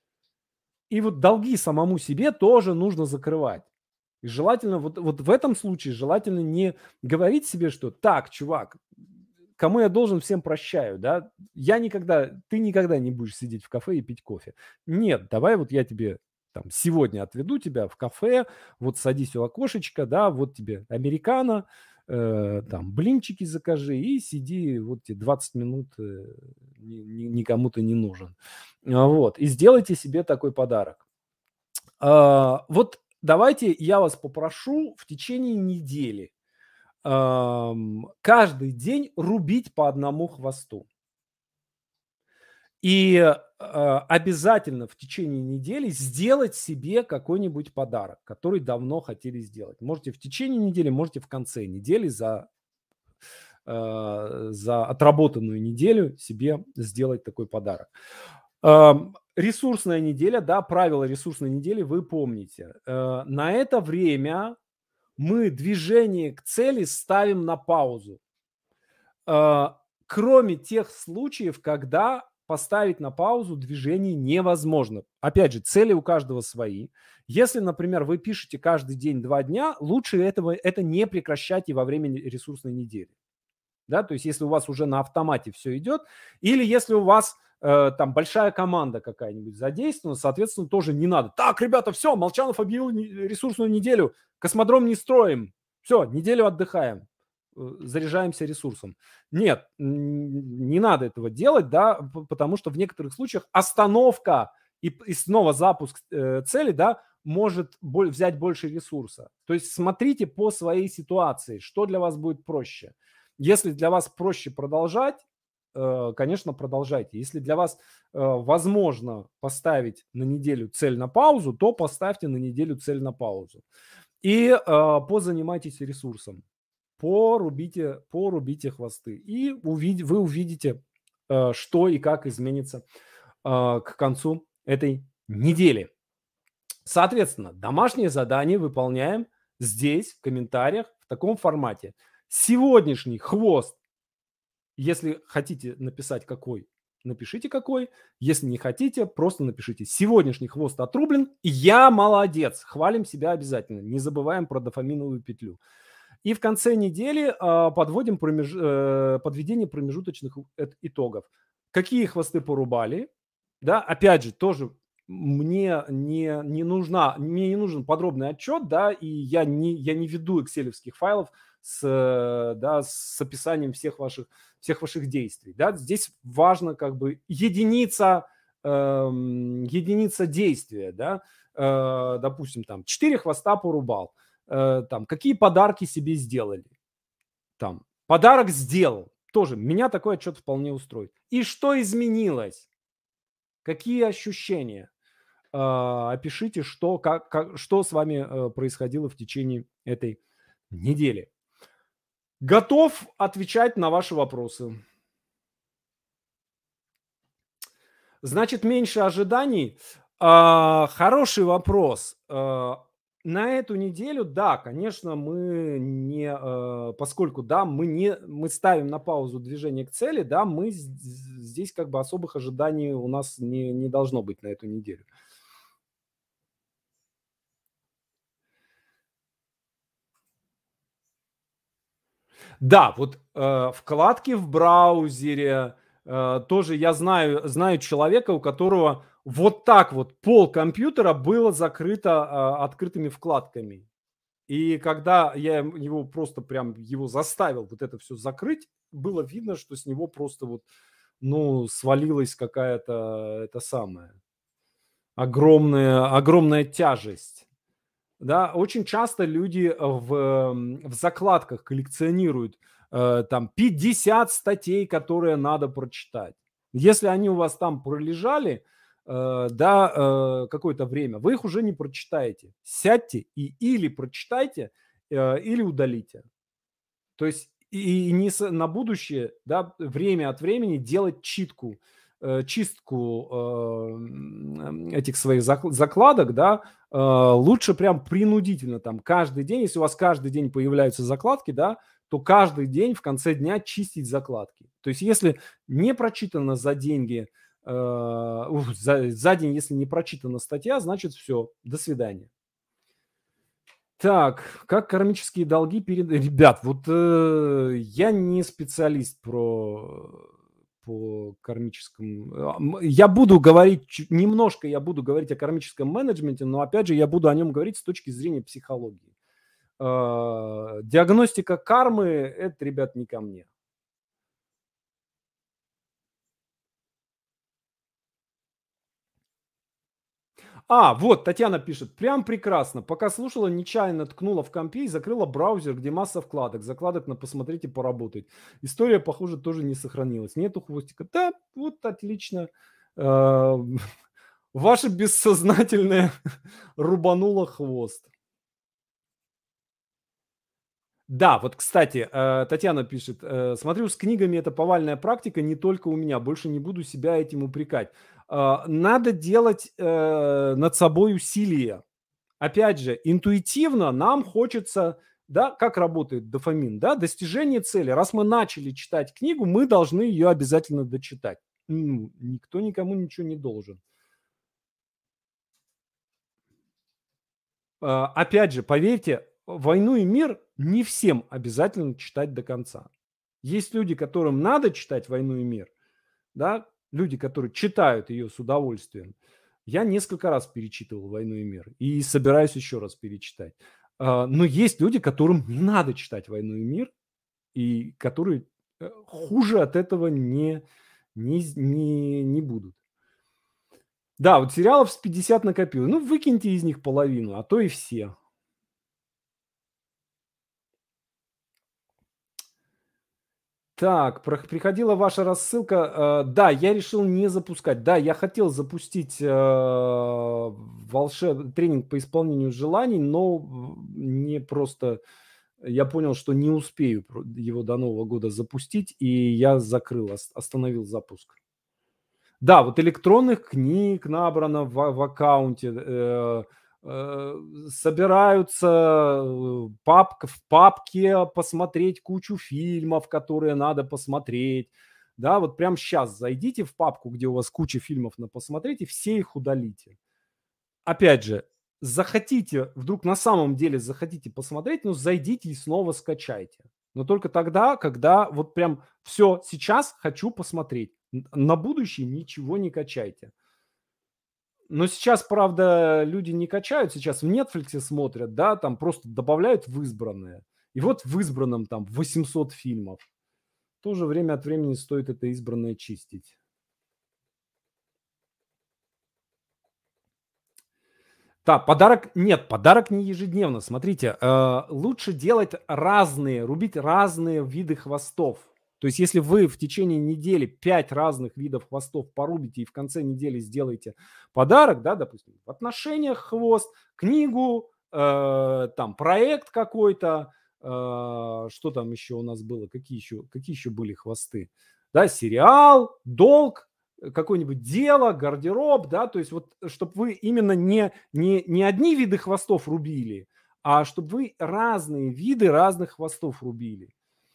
И вот долги самому себе тоже нужно закрывать. И желательно, вот, вот в этом случае желательно не говорить себе, что так, чувак, кому я должен, всем прощаю, да, я никогда, ты никогда не будешь сидеть в кафе и пить кофе. Нет, давай вот я тебе там сегодня отведу тебя в кафе, вот садись у окошечка, да, вот тебе американо, э, там блинчики закажи и сиди, вот тебе двадцать минут, э, ни- ни- никому ты не нужен. А, Вот, и сделайте себе такой подарок. А, Вот давайте я вас попрошу в течение недели ам, каждый день рубить по одному хвосту. И а, обязательно в течение недели сделать себе какой-нибудь подарок, который давно хотели сделать. Можете в течение недели, можете в конце недели за, а, за отработанную неделю себе сделать такой подарок. Ам, Ресурсная неделя, да, правила ресурсной недели вы помните. Э, На это время мы движение к цели ставим на паузу. А, Кроме тех случаев, когда поставить на паузу движение невозможно. Опять же, цели у каждого свои. Если, например, вы пишете каждый день два дня, лучше этого, это не прекращать и во время не- ресурсной недели. Да, то есть если у вас уже на автомате все идет, или если у вас э, там большая команда какая-нибудь задействована, соответственно, тоже не надо. Так, ребята, все, Молчанов объявил не- ресурсную неделю, космодром не строим, все, неделю отдыхаем, э, заряжаемся ресурсом. Нет, н- не надо этого делать, да, п- потому что в некоторых случаях остановка и, п- и снова запуск э, цели, да, может боль- взять больше ресурса. То есть смотрите по своей ситуации, что для вас будет проще. Если для вас проще продолжать, э, конечно, продолжайте. Если для вас э, возможно поставить на неделю цель на паузу, то поставьте на неделю цель на паузу. И э, позанимайтесь ресурсом, порубите, порубите хвосты. И увид- вы увидите, э, что и как изменится э, к концу этой недели. Соответственно, домашнее задание выполняем здесь, в комментариях, в таком формате. Сегодняшний хвост, если хотите написать какой, напишите какой. Если не хотите, просто напишите. Сегодняшний хвост отрублен, и я молодец. Хвалим себя обязательно. Не забываем про дофаминовую петлю. И в конце недели а, подводим промеж... э, подведение промежуточных э- итогов. Какие хвосты порубали? Да, опять же, тоже мне не, не нужна, мне не нужен подробный отчет, да, и я не, я не веду экселевских файлов с, э, да, с описанием всех ваших, всех ваших действий, да. Здесь важно как бы единица, эм, единица действия, да. Э, допустим, там четыре хвоста порубал, э, там какие подарки себе сделали, там подарок сделал, тоже меня такой отчет вполне устроит. И что изменилось? Какие ощущения? А, опишите, что, как, как- что с вами э, происходило в течение этой недели. Готов отвечать на ваши вопросы. Значит, меньше ожиданий. А, хороший вопрос. А, на эту неделю, да, конечно, мы не, э, поскольку, да, мы не, мы ставим на паузу движение к цели, да, мы з- з- здесь как бы особых ожиданий у нас не, не должно быть на эту неделю. Да, вот, э, вкладки в браузере, э, тоже я знаю знаю человека, у которого вот так вот пол компьютера было закрыто, а, открытыми вкладками. И когда я ем его просто прям его заставил вот это все закрыть, было видно, что с него просто вот, ну, свалилась какая-то, это самое, огромная огромная тяжесть. Да, очень часто люди э, в, м, в закладках коллекционируют э, там пятьдесят статей, которые надо прочитать. Если они у вас там пролежали, э, да, э, какое-то время, вы их уже не прочитаете. Сядьте и или прочитайте, э, или удалите. То есть и и не с на будущее, да, время от времени делать читку, э, чистку, эм, этих своих зак закладок, да, э, лучше прям принудительно там каждый день. Если у вас каждый день появляются закладки, да, то каждый день в конце дня чистить закладки. То есть если не прочитано за деньги, э, ух, за за день, если не прочитана статья, значит все, до свидания. Так, как кармические долги перед ребят, вот, э, я не специалист про по кармическому. А, м, я буду говорить чуть немножко я буду говорить о кармическом менеджменте, но опять же я буду о нем говорить с точки зрения психологии. А, диагностика кармы- это, ребят, не ко мне. А, вот, Татьяна пишет: "Прям прекрасно. Пока слушала, нечаянно ткнула в компе и закрыла браузер, где масса вкладок. Закладок на посмотреть и поработать. История, похоже, тоже не сохранилась. Нету хвостика". Да, вот отлично. А, Ваше бессознательное рубануло хвост. Да, вот, кстати, э, Татьяна пишет, э, смотрю, с книгами это повальная практика, не только у меня, больше не буду себя этим упрекать. А, Надо делать э, над собой усилия. Опять же, интуитивно нам хочется, да, как работает дофамин, да, достижение цели. Раз мы начали читать книгу, мы должны ее обязательно дочитать. Ну, никто никому ничего не должен. А, Опять же, поверьте, «Войну и мир» не всем обязательно читать до конца. Есть люди, которым надо читать «Войну и мир», да, люди, которые читают ее с удовольствием. Я несколько раз перечитывал «Войну и мир» и собираюсь еще раз перечитать. А, но есть люди, которым не надо читать «Войну и мир», и которые, э, хуже от этого не не з не не будут. Да, вот сериалов с пятьдесят накопилось. Ну, выкиньте из них половину, а то и все. Так, прох приходила ваша рассылка. Э, да, я решил не запускать. Да, я хотел запустить, э, волшеб тренинг по исполнению желаний, но в не просто я понял, что не успею про его до Нового года запустить, и я закрыл, ос остановил запуск. Да, вот электронных книг набрано в в аккаунте, э, э, собираются, э, папка в папке посмотреть кучу фильмов, которые надо посмотреть. Да, вот прям сейчас зайдите в папку, где у вас куча фильмов на посмотреть, и все их удалите. Опять же, захотите, вдруг на самом деле захотите посмотреть, ну, зайдите и снова скачайте. Но только тогда, когда вот прям все сейчас хочу посмотреть. Н на будущее ничего не качайте. Но сейчас, правда, люди не качают, сейчас в Netflix смотрят, да, там просто добавляют в избранное. И вот в избранном там восемьсот фильмов. Тоже время от времени стоит это избранное чистить. Да, подарок нет, подарок не ежедневно. Смотрите, э, лучше делать разные, рубить разные виды хвостов. То есть если вы в течение недели пять разных видов хвостов порубите и в конце недели сделаете подарок, да, допустим, в отношениях хвост, книгу, э, там проект какой-то, э, что там еще у нас было, какие еще, какие еще были хвосты, да, сериал, долг, э, какое-нибудь дело, гардероб, да, то есть вот, чтобы вы именно не, не, не одни виды хвостов рубили, а чтобы вы разные виды разных хвостов рубили.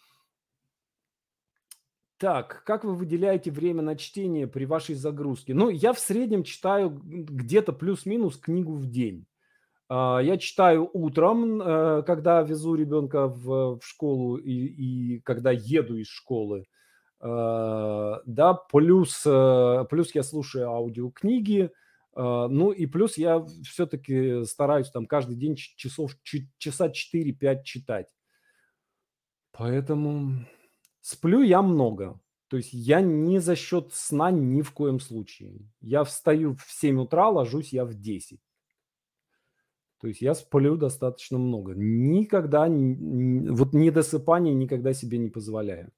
Так, как вы выделяете время на чтение при вашей загрузке? Ну, я в среднем читаю г- где-то плюс-минус книгу в день. А, Я читаю утром, э, когда везу ребенка в, в школу и, и когда еду из школы. Э, Да, плюс, э, плюс я слушаю аудиокниги. э, Ну и плюс я все-таки стараюсь там каждый день ч- часов, чи- часа четыре-пять читать. Поэтому сплю я много. То есть я не за счет сна ни в коем случае. Я встаю в семь утра, ложусь я в десять. То есть я сплю достаточно много. Никогда, н- н- вот недосыпание никогда себе не позволяю.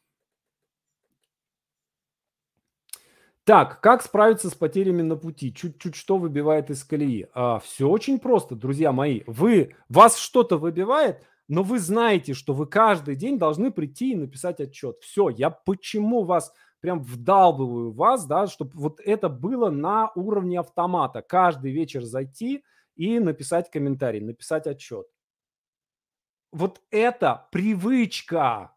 Так, как справиться с потерями на пути? Чуть-чуть что выбивает из колеи? А, все очень просто, друзья мои. Вы, вас что-то выбивает, но вы знаете, что вы каждый день должны прийти и написать отчет. Все, я почему вас прям вдалбываю в вас, да, чтобы вот это было на уровне автомата. Каждый вечер зайти и написать комментарий, написать отчет. Вот это привычка.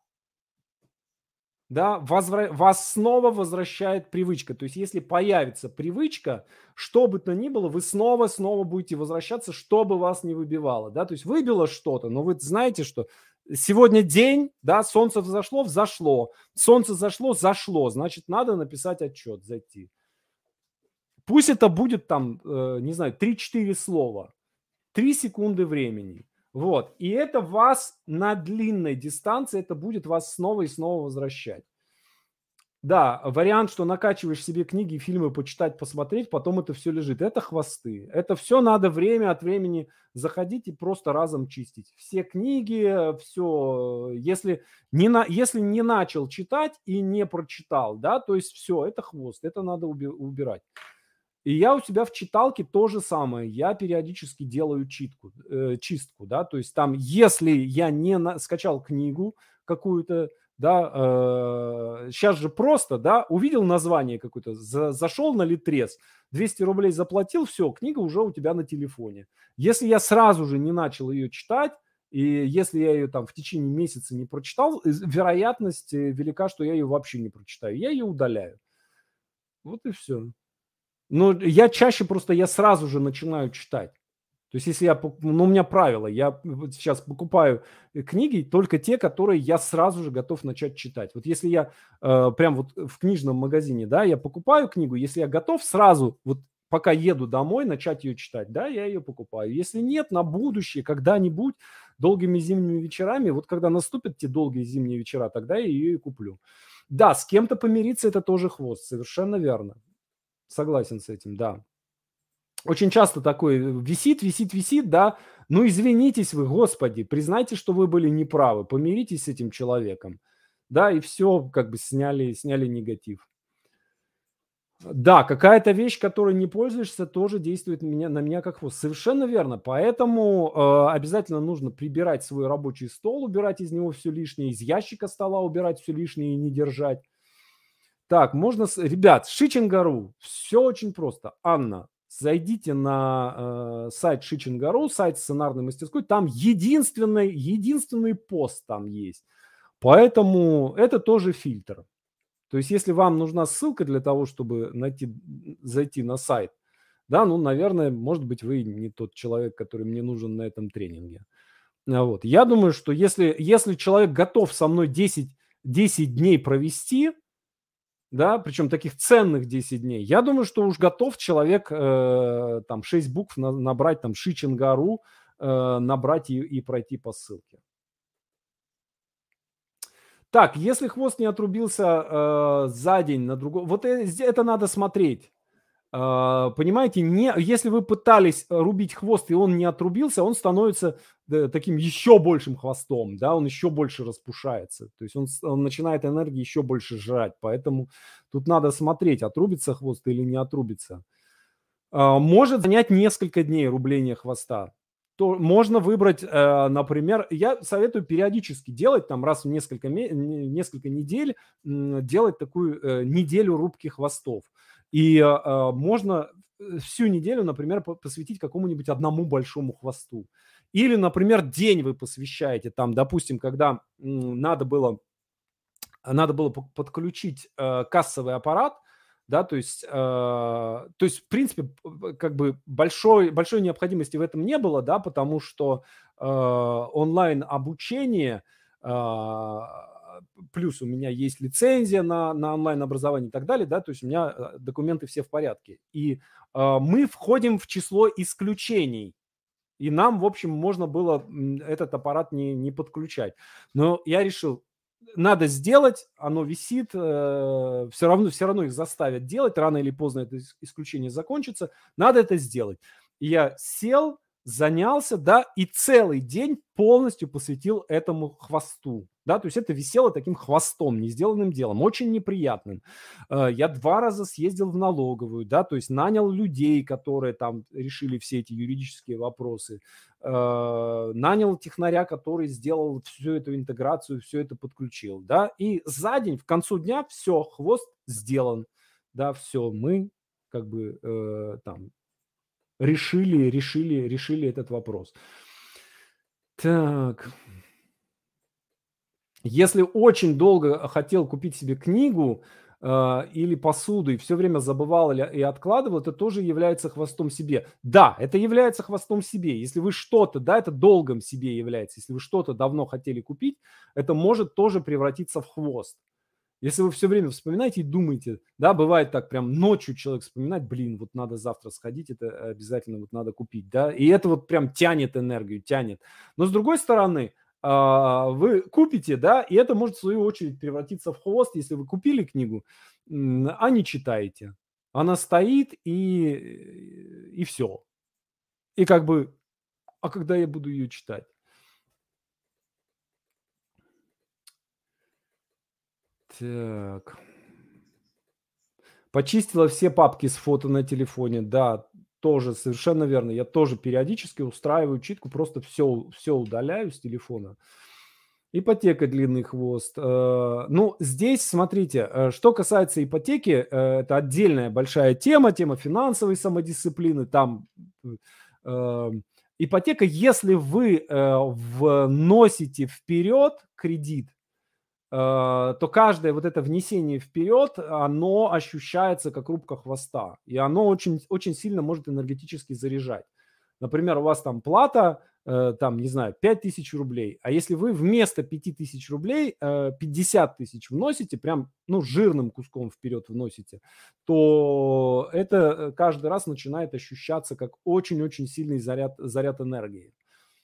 Да, возвра вас снова возвращает привычка. То есть если появится привычка, что бы то ни было, вы снова снова будете возвращаться, что бы вас не выбивало, да. То есть выбило что-то, но вы знаете, что сегодня день, да, солнце взошло, взошло, солнце зашло, зашло, значит, надо написать отчет, зайти. Пусть это будет там, э, не знаю, три-четыре слова. три секунды времени. Вот. И это вас на длинной дистанции, это будет вас снова и снова возвращать. Да, вариант, что накачиваешь себе книги, фильмы почитать, посмотреть, потом это все лежит. Это хвосты. Это все надо время от времени заходить и просто разом чистить. Все книги, все, если не, на, если не начал читать и не прочитал, да, то есть все, это хвост, это надо уби- убирать. И я у себя в читалке то же самое. Я периодически делаю читку, э, чистку, да, то есть там, если я не на- скачал книгу какую-то, да, сейчас же просто, да, увидел название какое-то, за- зашел на Литрес, двести рублей заплатил, все, книга уже у тебя на телефоне. Если я сразу же не начал ее читать, и если я ее там в течение месяца не прочитал, э, вероятность э, велика, что я ее вообще не прочитаю. Я ее удаляю. Вот и все. Ну, я чаще просто, я сразу же начинаю читать. То есть если я, пок- ну, у меня правило, я вот сейчас покупаю э, книги только те, которые я сразу же готов начать читать. Вот если я э, прям вот в книжном магазине, да, я покупаю книгу, если я готов сразу, вот пока еду домой, начать ее читать, да, я ее покупаю. Если нет, на будущее, когда-нибудь, долгими зимними вечерами, вот когда наступят те долгие зимние вечера, тогда я ее и куплю. Да, с кем-то помириться – это тоже хвост, совершенно верно. Согласен с этим, да. Очень часто такое висит, висит, висит, да. Ну, извинитесь вы, Господи, признайте, что вы были неправы, помиритесь с этим человеком, да, и все, как бы сняли, сняли негатив. Да, какая-то вещь, которой не пользуешься, тоже действует на меня, на меня как хвост. Совершенно верно. Поэтому э, обязательно нужно прибирать свой рабочий стол, убирать из него все лишнее, из ящика стола убирать все лишнее и не держать. Так, можно, с- ребят, Шичингару, все очень просто. Анна, зайдите на э, сайт Шичингару, сайт сценарной мастерской, там единственный, единственный пост там есть. Поэтому это тоже фильтр. То есть, если вам нужна ссылка для того, чтобы найти, зайти на сайт, да, ну, наверное, может быть, вы не тот человек, который мне нужен на этом тренинге. А Вот. Я думаю, что если, если человек готов со мной десять десять дней провести, да, причем таких ценных десять дней, я думаю, что уж готов человек э, там шесть букв на- набрать, там Шичингару, э, набрать и, и пройти по ссылке. Так, если хвост не отрубился э, за день на другой, вот э- зде- это надо смотреть. А, понимаете, не, если вы пытались э, рубить хвост, и он не отрубился, он становится э, таким еще большим хвостом, да, он еще больше распушается. То есть он, с- он начинает энергии еще больше жрать. Поэтому тут надо смотреть, отрубится хвост или не отрубится. А, может занять несколько дней рубление хвоста. То можно выбрать, э, например, я советую периодически делать, там раз в несколько, ме- не- несколько недель, м, делать такую э, неделю рубки хвостов. И э, э, можно э, всю неделю, например, по- посвятить какому-нибудь одному большому хвосту. Или, например, день вы посвящаете, там, допустим, когда м, надо было надо было по- подключить э, кассовый аппарат, да, то есть, э, то есть, в принципе, п- п- как бы большой, большой необходимости в этом не было, да, потому что э, онлайн обучение, э, плюс у меня есть лицензия на, на онлайн образование и так далее, да, то есть у меня э, документы все в порядке. И э, мы входим в число исключений. И нам, в общем, можно было м, этот аппарат не, не подключать. Но я решил, надо сделать, оно висит, э, все равно, все равно их заставят делать, рано или поздно это ис- исключение закончится, надо это сделать. И я сел, занялся, да, и целый день полностью посвятил этому хвосту, да, то есть это висело таким хвостом, не сделанным делом, очень неприятным. Э, Я два раза съездил в налоговую, да, то есть нанял людей, которые там решили все эти юридические вопросы, э, нанял технаря, который сделал всю эту интеграцию, все это подключил, да, и за день, в концу дня, все, хвост сделан, да, все, мы как бы э, там решили, решили, решили этот вопрос. Так, если очень долго хотел купить себе книгу э, или посуду и все время забывал или, и откладывал, это тоже является хвостом себе. Да, это является хвостом себе. Если вы что-то, да, это долгом себе является. Если вы что-то давно хотели купить, это может тоже превратиться в хвост. Если вы все время вспоминаете и думаете, да, бывает так, прям ночью человек вспоминает, блин, вот надо завтра сходить, это обязательно вот надо купить, да, и это вот прям тянет энергию, тянет. Но с другой стороны, а, вы купите, да, и это может в свою очередь превратиться в хвост, если вы купили книгу, м, а не читаете. Она стоит и, и все. И как бы, а когда я буду ее читать? Так. Почистила все папки с фото на телефоне. Да, тоже совершенно верно. Я тоже периодически устраиваю читку, просто все, все удаляю с телефона. Ипотека длинный хвост. Э, Ну, здесь, смотрите, э, что касается ипотеки, э, это отдельная большая тема, тема финансовой самодисциплины. Там э, э, ипотека, если вы э, вносите вперед кредит, э, то каждое вот это внесение вперед, оно ощущается как рубка хвоста. И оно очень, очень сильно может энергетически заряжать. Например, у вас там плата, э, там, не знаю, пять тысяч рублей, а если вы вместо пяти тысяч рублей э, пятьдесят тысяч вносите, прям, ну, жирным куском вперед вносите, то это э, каждый раз начинает ощущаться как очень-очень сильный заряд, заряд энергии.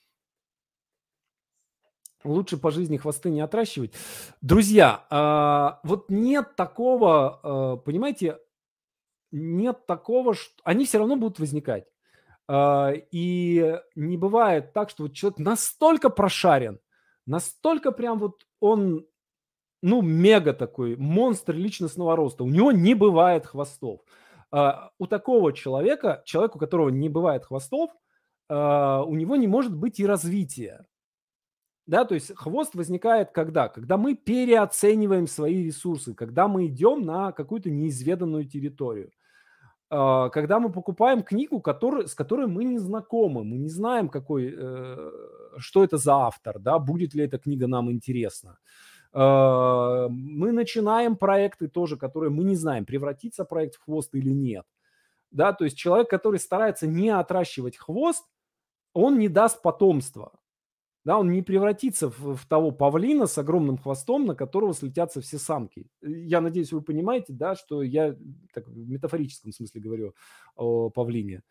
Лучше по жизни хвосты не отращивать. Друзья, а, вот нет такого, а, понимаете, нет такого, что они все равно будут возникать. А, и не бывает так, что вот человек настолько прошарен, настолько прям вот он, ну, мега такой, монстр личностного роста, у него не бывает хвостов. А, у такого человека, человек, у которого не бывает хвостов, а, у него не может быть и развития. Да, то есть хвост возникает когда? Когда мы переоцениваем свои ресурсы, когда мы идем на какую-то неизведанную территорию. А, Когда мы покупаем книгу, который, с которой мы не знакомы, мы не знаем, какой, э, что это за автор, да, будет ли эта книга нам интересна. А, Мы начинаем проекты тоже, которые мы не знаем, превратится проект в хвост или нет. Да, то есть человек, который старается не отращивать хвост, он не даст потомства. Да, он не превратится в, в того павлина с огромным хвостом, на которого слетятся все самки. Я надеюсь, вы понимаете, да, что я так, в метафорическом смысле говорю о павлине.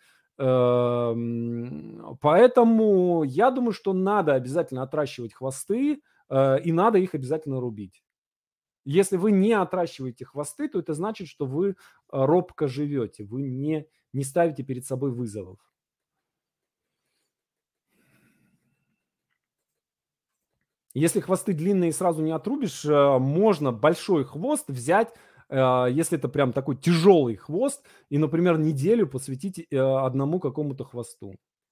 Эм, Поэтому я думаю, что надо обязательно отращивать хвосты, э, и надо их обязательно рубить. Если вы не отращиваете хвосты, то это значит, что вы э, робко живете, вы не, не ставите перед собой вызовов. Если хвосты длинные и сразу не отрубишь, э, можно большой хвост взять, э, если это прям такой тяжелый хвост, и, например, неделю посвятить э, одному какому-то хвосту.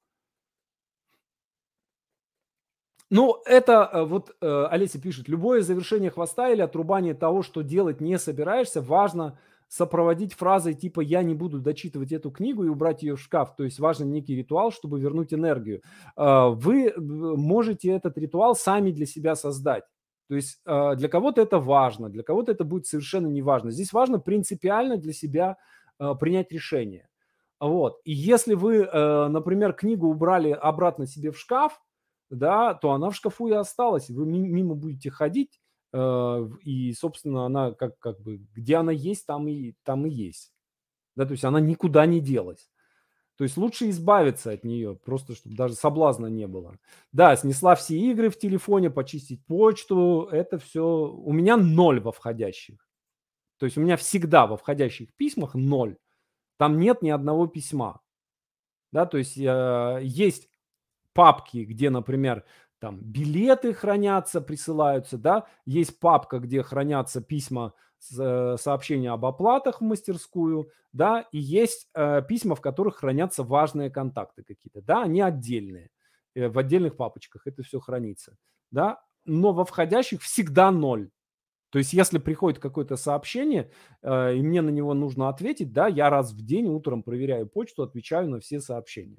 Ну, это э, вот э, Олеся пишет, любое завершение хвоста или отрубание того, что делать не собираешься, важно сопроводить фразой типа «я не буду дочитывать эту книгу» и убрать ее в шкаф. То есть важен некий ритуал, чтобы вернуть энергию. А, Вы э, можете этот ритуал сами для себя создать. То есть э, для кого-то это важно, для кого-то это будет совершенно не важно. Здесь важно принципиально для себя э, принять решение. Вот. И если вы, э, например, книгу убрали обратно себе в шкаф, да, то она в шкафу и осталась. Вы ми- мимо будете ходить, э, в- и, собственно, она как, как бы, где она есть, там и, там и есть. Да, то есть она никуда не делась. То есть лучше избавиться от нее, просто чтобы даже соблазна не было. Да, снесла все игры в телефоне, почистить почту, это все. У меня ноль во входящих. То есть у меня всегда во входящих письмах ноль. Там нет ни одного письма. Да, то есть э, есть папки, где, например, там билеты хранятся, присылаются, да, есть папка, где хранятся письма, с, э, сообщения об оплатах в мастерскую, да, и есть э, письма, в которых хранятся важные контакты какие-то, да, они отдельные, э, в отдельных папочках это все хранится, да, но во входящих всегда ноль. То есть, если приходит какое-то сообщение, э, и мне на него нужно ответить, да, я раз в день утром проверяю почту, отвечаю на все сообщения.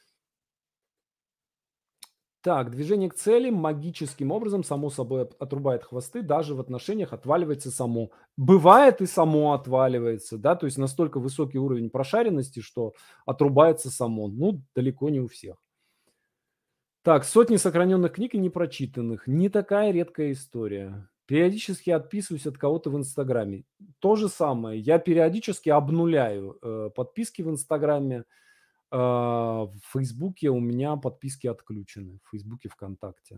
Так, движение к цели магическим образом само собой от- отрубает хвосты, даже в отношениях отваливается само. Бывает и само отваливается, да, то есть настолько высокий уровень прошаренности, что отрубается само. Ну, далеко не у всех. Так, сотни сохраненных книг и непрочитанных. Не такая редкая история. Периодически отписываюсь от кого-то в Инстаграме. То же самое. Я периодически обнуляю э, подписки в Инстаграме. А, в "Фейсбуке" у меня подписки отключены. В "Фейсбуке", "ВКонтакте".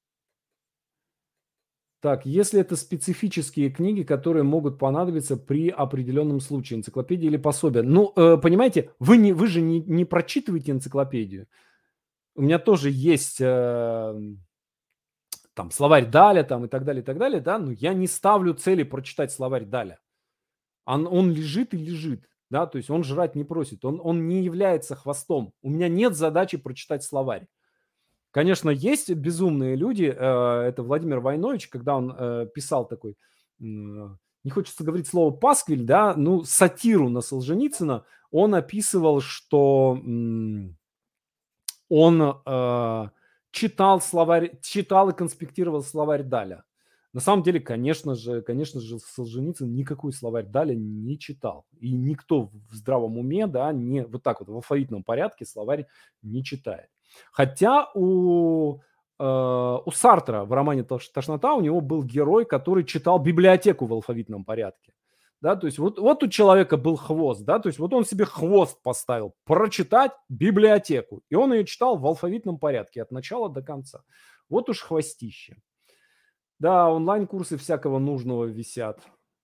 Так, если это специфические книги, которые могут понадобиться при определенном случае, энциклопедия или пособие. Ну, э, понимаете, вы не вы же не не прочитываете энциклопедию. У меня тоже есть, эм, там словарь Даля там и так далее, и так далее, да, но я не ставлю цели прочитать словарь Даля. Он он лежит и лежит, да, то есть он жрать не просит, он он не является хвостом. У меня нет задачи прочитать словарь. Конечно, есть безумные люди. э, Это Владимир Войнович, когда он э, писал такой, м, не хочется говорить слово пасквиль, да, ну, сатиру на Солженицына, он описывал, что м, он э, читал словарь, читал и конспектировал словарь Даля. На самом деле, конечно же, конечно же, Солженицын никакой словарь Даля не читал. И никто в здравом уме, да, не вот так вот в алфавитном порядке словарь не читает. Хотя у, э, у Сартра в романе «Тош- «Тошнота» у него был герой, который читал библиотеку в алфавитном порядке. Да, то есть вот, вот у человека был хвост, да, то есть вот он себе хвост поставил, прочитать библиотеку, и он ее читал в алфавитном порядке от начала до конца. Вот уж хвостище. Да, онлайн-курсы всякого нужного висят.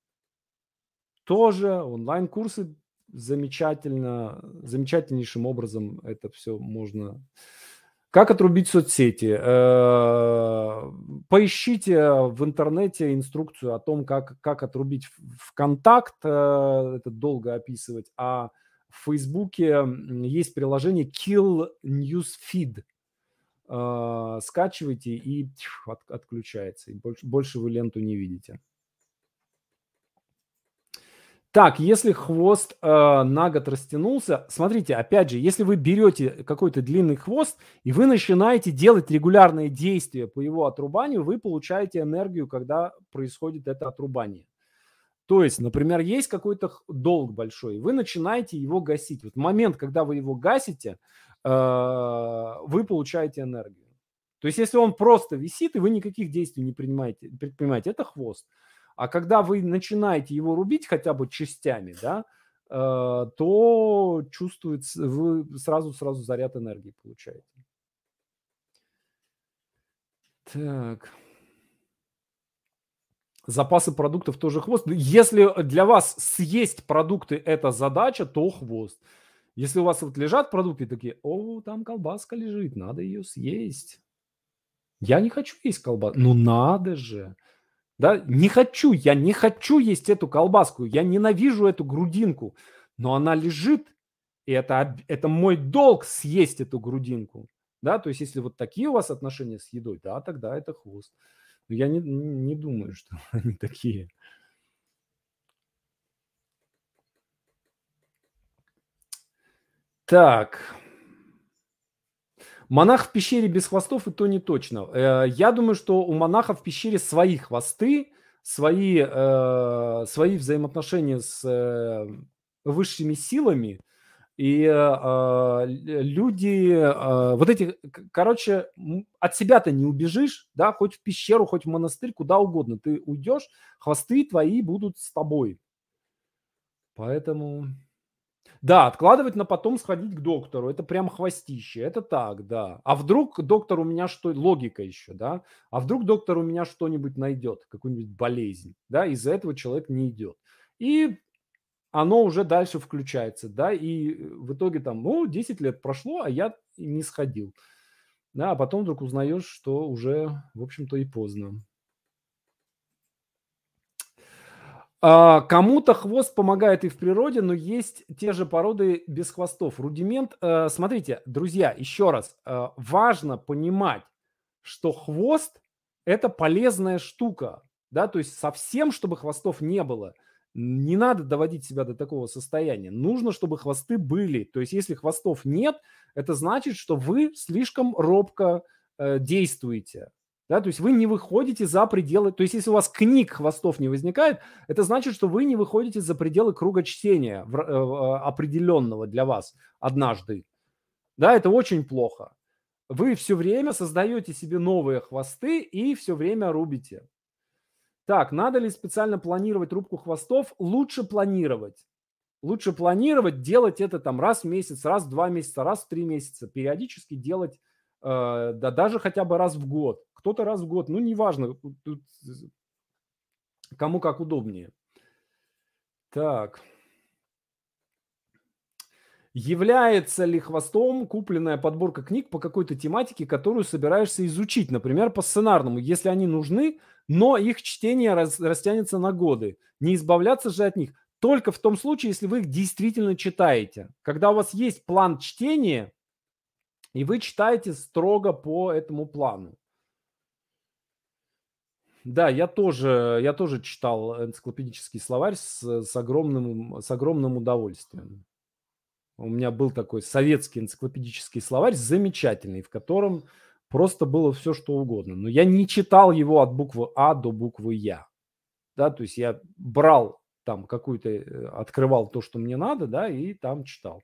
Тоже онлайн-курсы замечательно, замечательнейшим образом это все можно. Как отрубить соцсети? Э, Поищите в интернете инструкцию о том, как, как отрубить в- ВКонтакт, э, это долго описывать, а в Фейсбуке м, есть приложение Kill Newsfeed. Э, Скачивайте и тьф, от- отключается. И больше, больше вы ленту не видите. Так, если хвост, э, на год растянулся, смотрите, опять же, если вы берете какой-то длинный хвост и вы начинаете делать регулярные действия по его отрубанию, вы получаете энергию, когда происходит это отрубание. То есть, например, есть какой-то х- долг большой, вы начинаете его гасить. Вот момент, когда вы его гасите, э, вы получаете энергию. То То есть если он просто висит, и вы никаких действий не принимаете, предпринимаете, это хвост. А когда вы начинаете его рубить хотя бы частями, да, э, то чувствуется, вы сразу-сразу заряд энергии получаете. Так. Запасы продуктов тоже хвост. Если для вас съесть продукты – это задача, то хвост. Если у вас вот лежат продукты такие: о, там колбаска лежит, надо ее съесть. Я не хочу есть колбаску. Ну надо же. Да, не хочу, я не хочу есть эту колбаску, я ненавижу эту грудинку, но она лежит, и это, об- это мой долг съесть эту грудинку. Да, то есть если вот такие у вас отношения с едой, да, тогда это хвост. Но я не, не думаю, что они такие. Так. Монах в пещере без хвостов, и то не точно. Э, я думаю, что у монаха в пещере свои хвосты, свои, э, свои взаимоотношения с э, высшими силами. И э, а, лю- люди, э, вот эти, к- короче, м, от себя-то не убежишь, да, хоть в пещеру, хоть в монастырь, куда угодно. Ты уйдешь, хвосты твои будут с тобой. Поэтому... Да, откладывать на потом сходить к доктору. Это прям хвостище. Это так, да. А вдруг доктор у меня что... Логика еще, да. А вдруг доктор у меня что-нибудь найдет, какую-нибудь болезнь, да, из-за этого человек не идет. И оно уже дальше включается, да, и э, в итоге там, ну, десять лет прошло, а я не сходил. Да, а потом вдруг узнаешь, что уже, в общем-то, и поздно. А, кому-то хвост помогает и в природе, но есть те же породы без хвостов. Рудимент, э, смотрите, друзья, еще раз, э, важно понимать, что хвост – это полезная штука, да, то есть совсем, чтобы хвостов не было, не надо доводить себя до такого состояния. Нужно, чтобы хвосты были. То есть если хвостов нет, это значит, что вы слишком робко э, действуете. Да, то есть вы не выходите за пределы, то есть если у вас книг хвостов не возникает, это значит, что вы не выходите за пределы круга чтения в- э, э, определенного для вас однажды. Да, это очень плохо. Вы все время создаете себе новые хвосты и все время рубите. Так, надо ли специально планировать рубку хвостов? Лучше планировать. Лучше планировать, делать это там раз в месяц, раз в два месяца, раз в три месяца. Периодически делать, э, да даже хотя бы раз в год. Кто-то раз в год, ну неважно, тут кому как удобнее. Так. Является ли хвостом купленная подборка книг по какой-то тематике, которую собираешься изучить, например, по сценарному, если они нужны, но их чтение рас- растянется на годы? Не избавляться же от них. Только в том случае, если вы их действительно читаете. Когда у вас есть план чтения, и вы читаете строго по этому плану. Да, я тоже, я тоже читал энциклопедический словарь с, с огромным, с огромным удовольствием. У меня был такой советский энциклопедический словарь, замечательный, в котором просто было все, что угодно. Но я не читал его от буквы А до буквы Я. Да, то есть я брал там какую-то, э, открывал то, что мне надо, да, и там читал.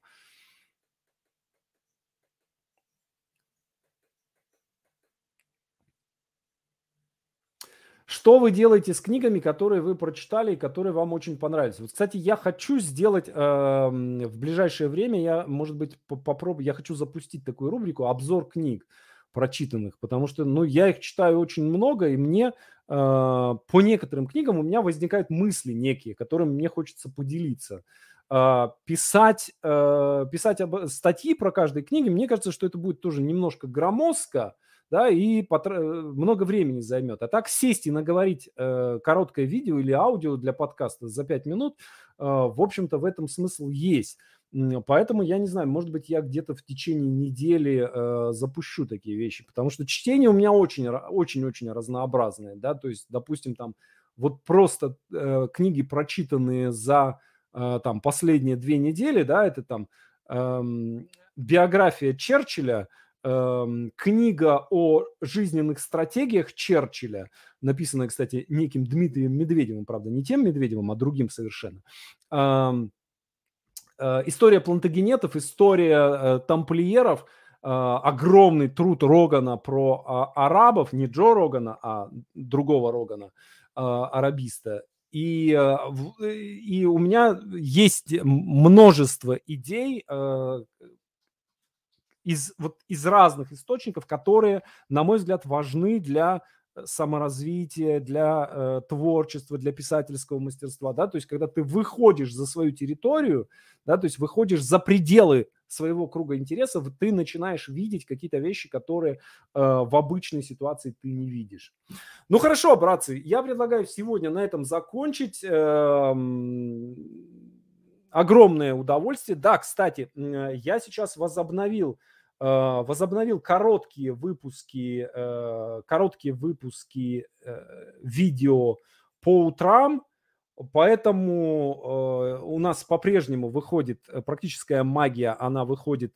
Что вы делаете с книгами, которые вы прочитали и которые вам очень понравились? Вот, кстати, я хочу сделать, эм, в ближайшее время, я, может быть, по попробую, я хочу запустить такую рубрику "Обзор книг прочитанных", потому что, ну, я их читаю очень много, и мне, э, по некоторым книгам у меня возникают мысли некие, которыми мне хочется поделиться. А, писать, э, писать об статьи про каждой книге, мне кажется, что это будет тоже немножко громоздко, да, и потра- э, много времени займет. А так сесть и наговорить э, короткое видео или аудио для подкаста за пять минут, э, в общем-то, в этом смысл есть. М, Поэтому я не знаю, может быть, я где-то в течение недели э, запущу такие вещи, потому что чтение у меня очень, ра- очень-очень разнообразное, да, то есть, допустим, там вот просто э, книги, прочитанные за э, там последние две недели, да, это там эм, биография Черчилля, эм, книга о жизненных стратегиях Черчилля, написанная, кстати, неким Дмитрием Медведевым, правда, не тем Медведевым, а другим совершенно. Ам, э, история плантагенетов, история э, тамплиеров. огромный труд Рогана про а, арабов, не Джо Рогана, а другого Рогана, а, арабиста. И, а, в, и у меня есть множество идей а, из, вот, из разных источников, которые, на мой взгляд, важны для саморазвития, для э, творчества, для писательского мастерства, да, то есть когда ты выходишь за свою территорию, да, то есть выходишь за пределы своего круга интересов, ты начинаешь видеть какие-то вещи, которые э, в обычной ситуации ты не видишь. Ну хорошо, братцы, я предлагаю сегодня на этом закончить. Эм, огромное удовольствие. Да, кстати, я сейчас возобновил возобновил короткие выпуски, короткие выпуски видео по утрам, поэтому у нас по-прежнему выходит практическая магия, она выходит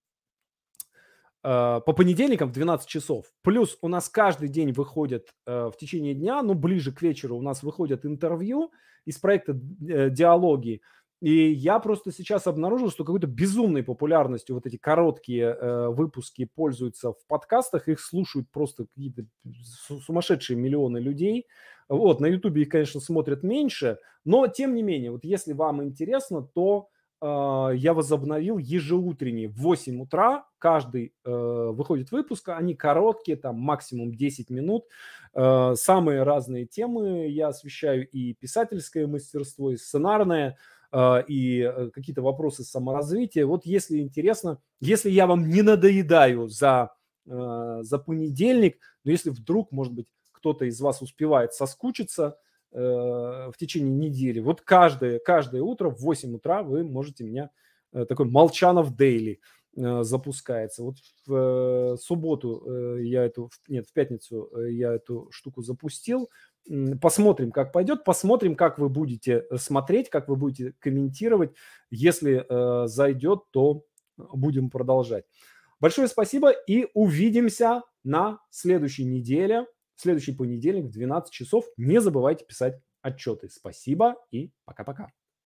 по понедельникам в двенадцать часов. Плюс у нас каждый день выходит в течение дня, ну, ближе к вечеру у нас выходят интервью из проекта «Диалоги». И я просто сейчас обнаружил, что какой-то безумной популярностью вот эти короткие э, выпуски пользуются в подкастах. Их слушают просто какие-то сумасшедшие миллионы людей. Вот, на Ютубе их, конечно, смотрят меньше. Но, тем не менее, вот если вам интересно, то э, я возобновил ежеутренние в восемь утра. Каждый э, выходит выпуск. Они короткие, там максимум десять минут. Э, самые разные темы я освещаю. И писательское мастерство, и сценарное, и какие-то вопросы саморазвития. Вот если интересно, если я вам не надоедаю за, за понедельник, но если вдруг, может быть, кто-то из вас успевает соскучиться в течение недели, вот каждое, каждое утро в восемь утра вы можете меня, такой Молчанов Дейли запускается. Вот в субботу я эту, нет, в пятницу я эту штуку запустил. Посмотрим, как пойдет, посмотрим, как вы будете смотреть, как вы будете комментировать. Если э, зайдет, то будем продолжать. Большое спасибо и увидимся на следующей неделе, в следующий понедельник в двенадцать часов. Не забывайте писать отчеты. Спасибо и пока-пока.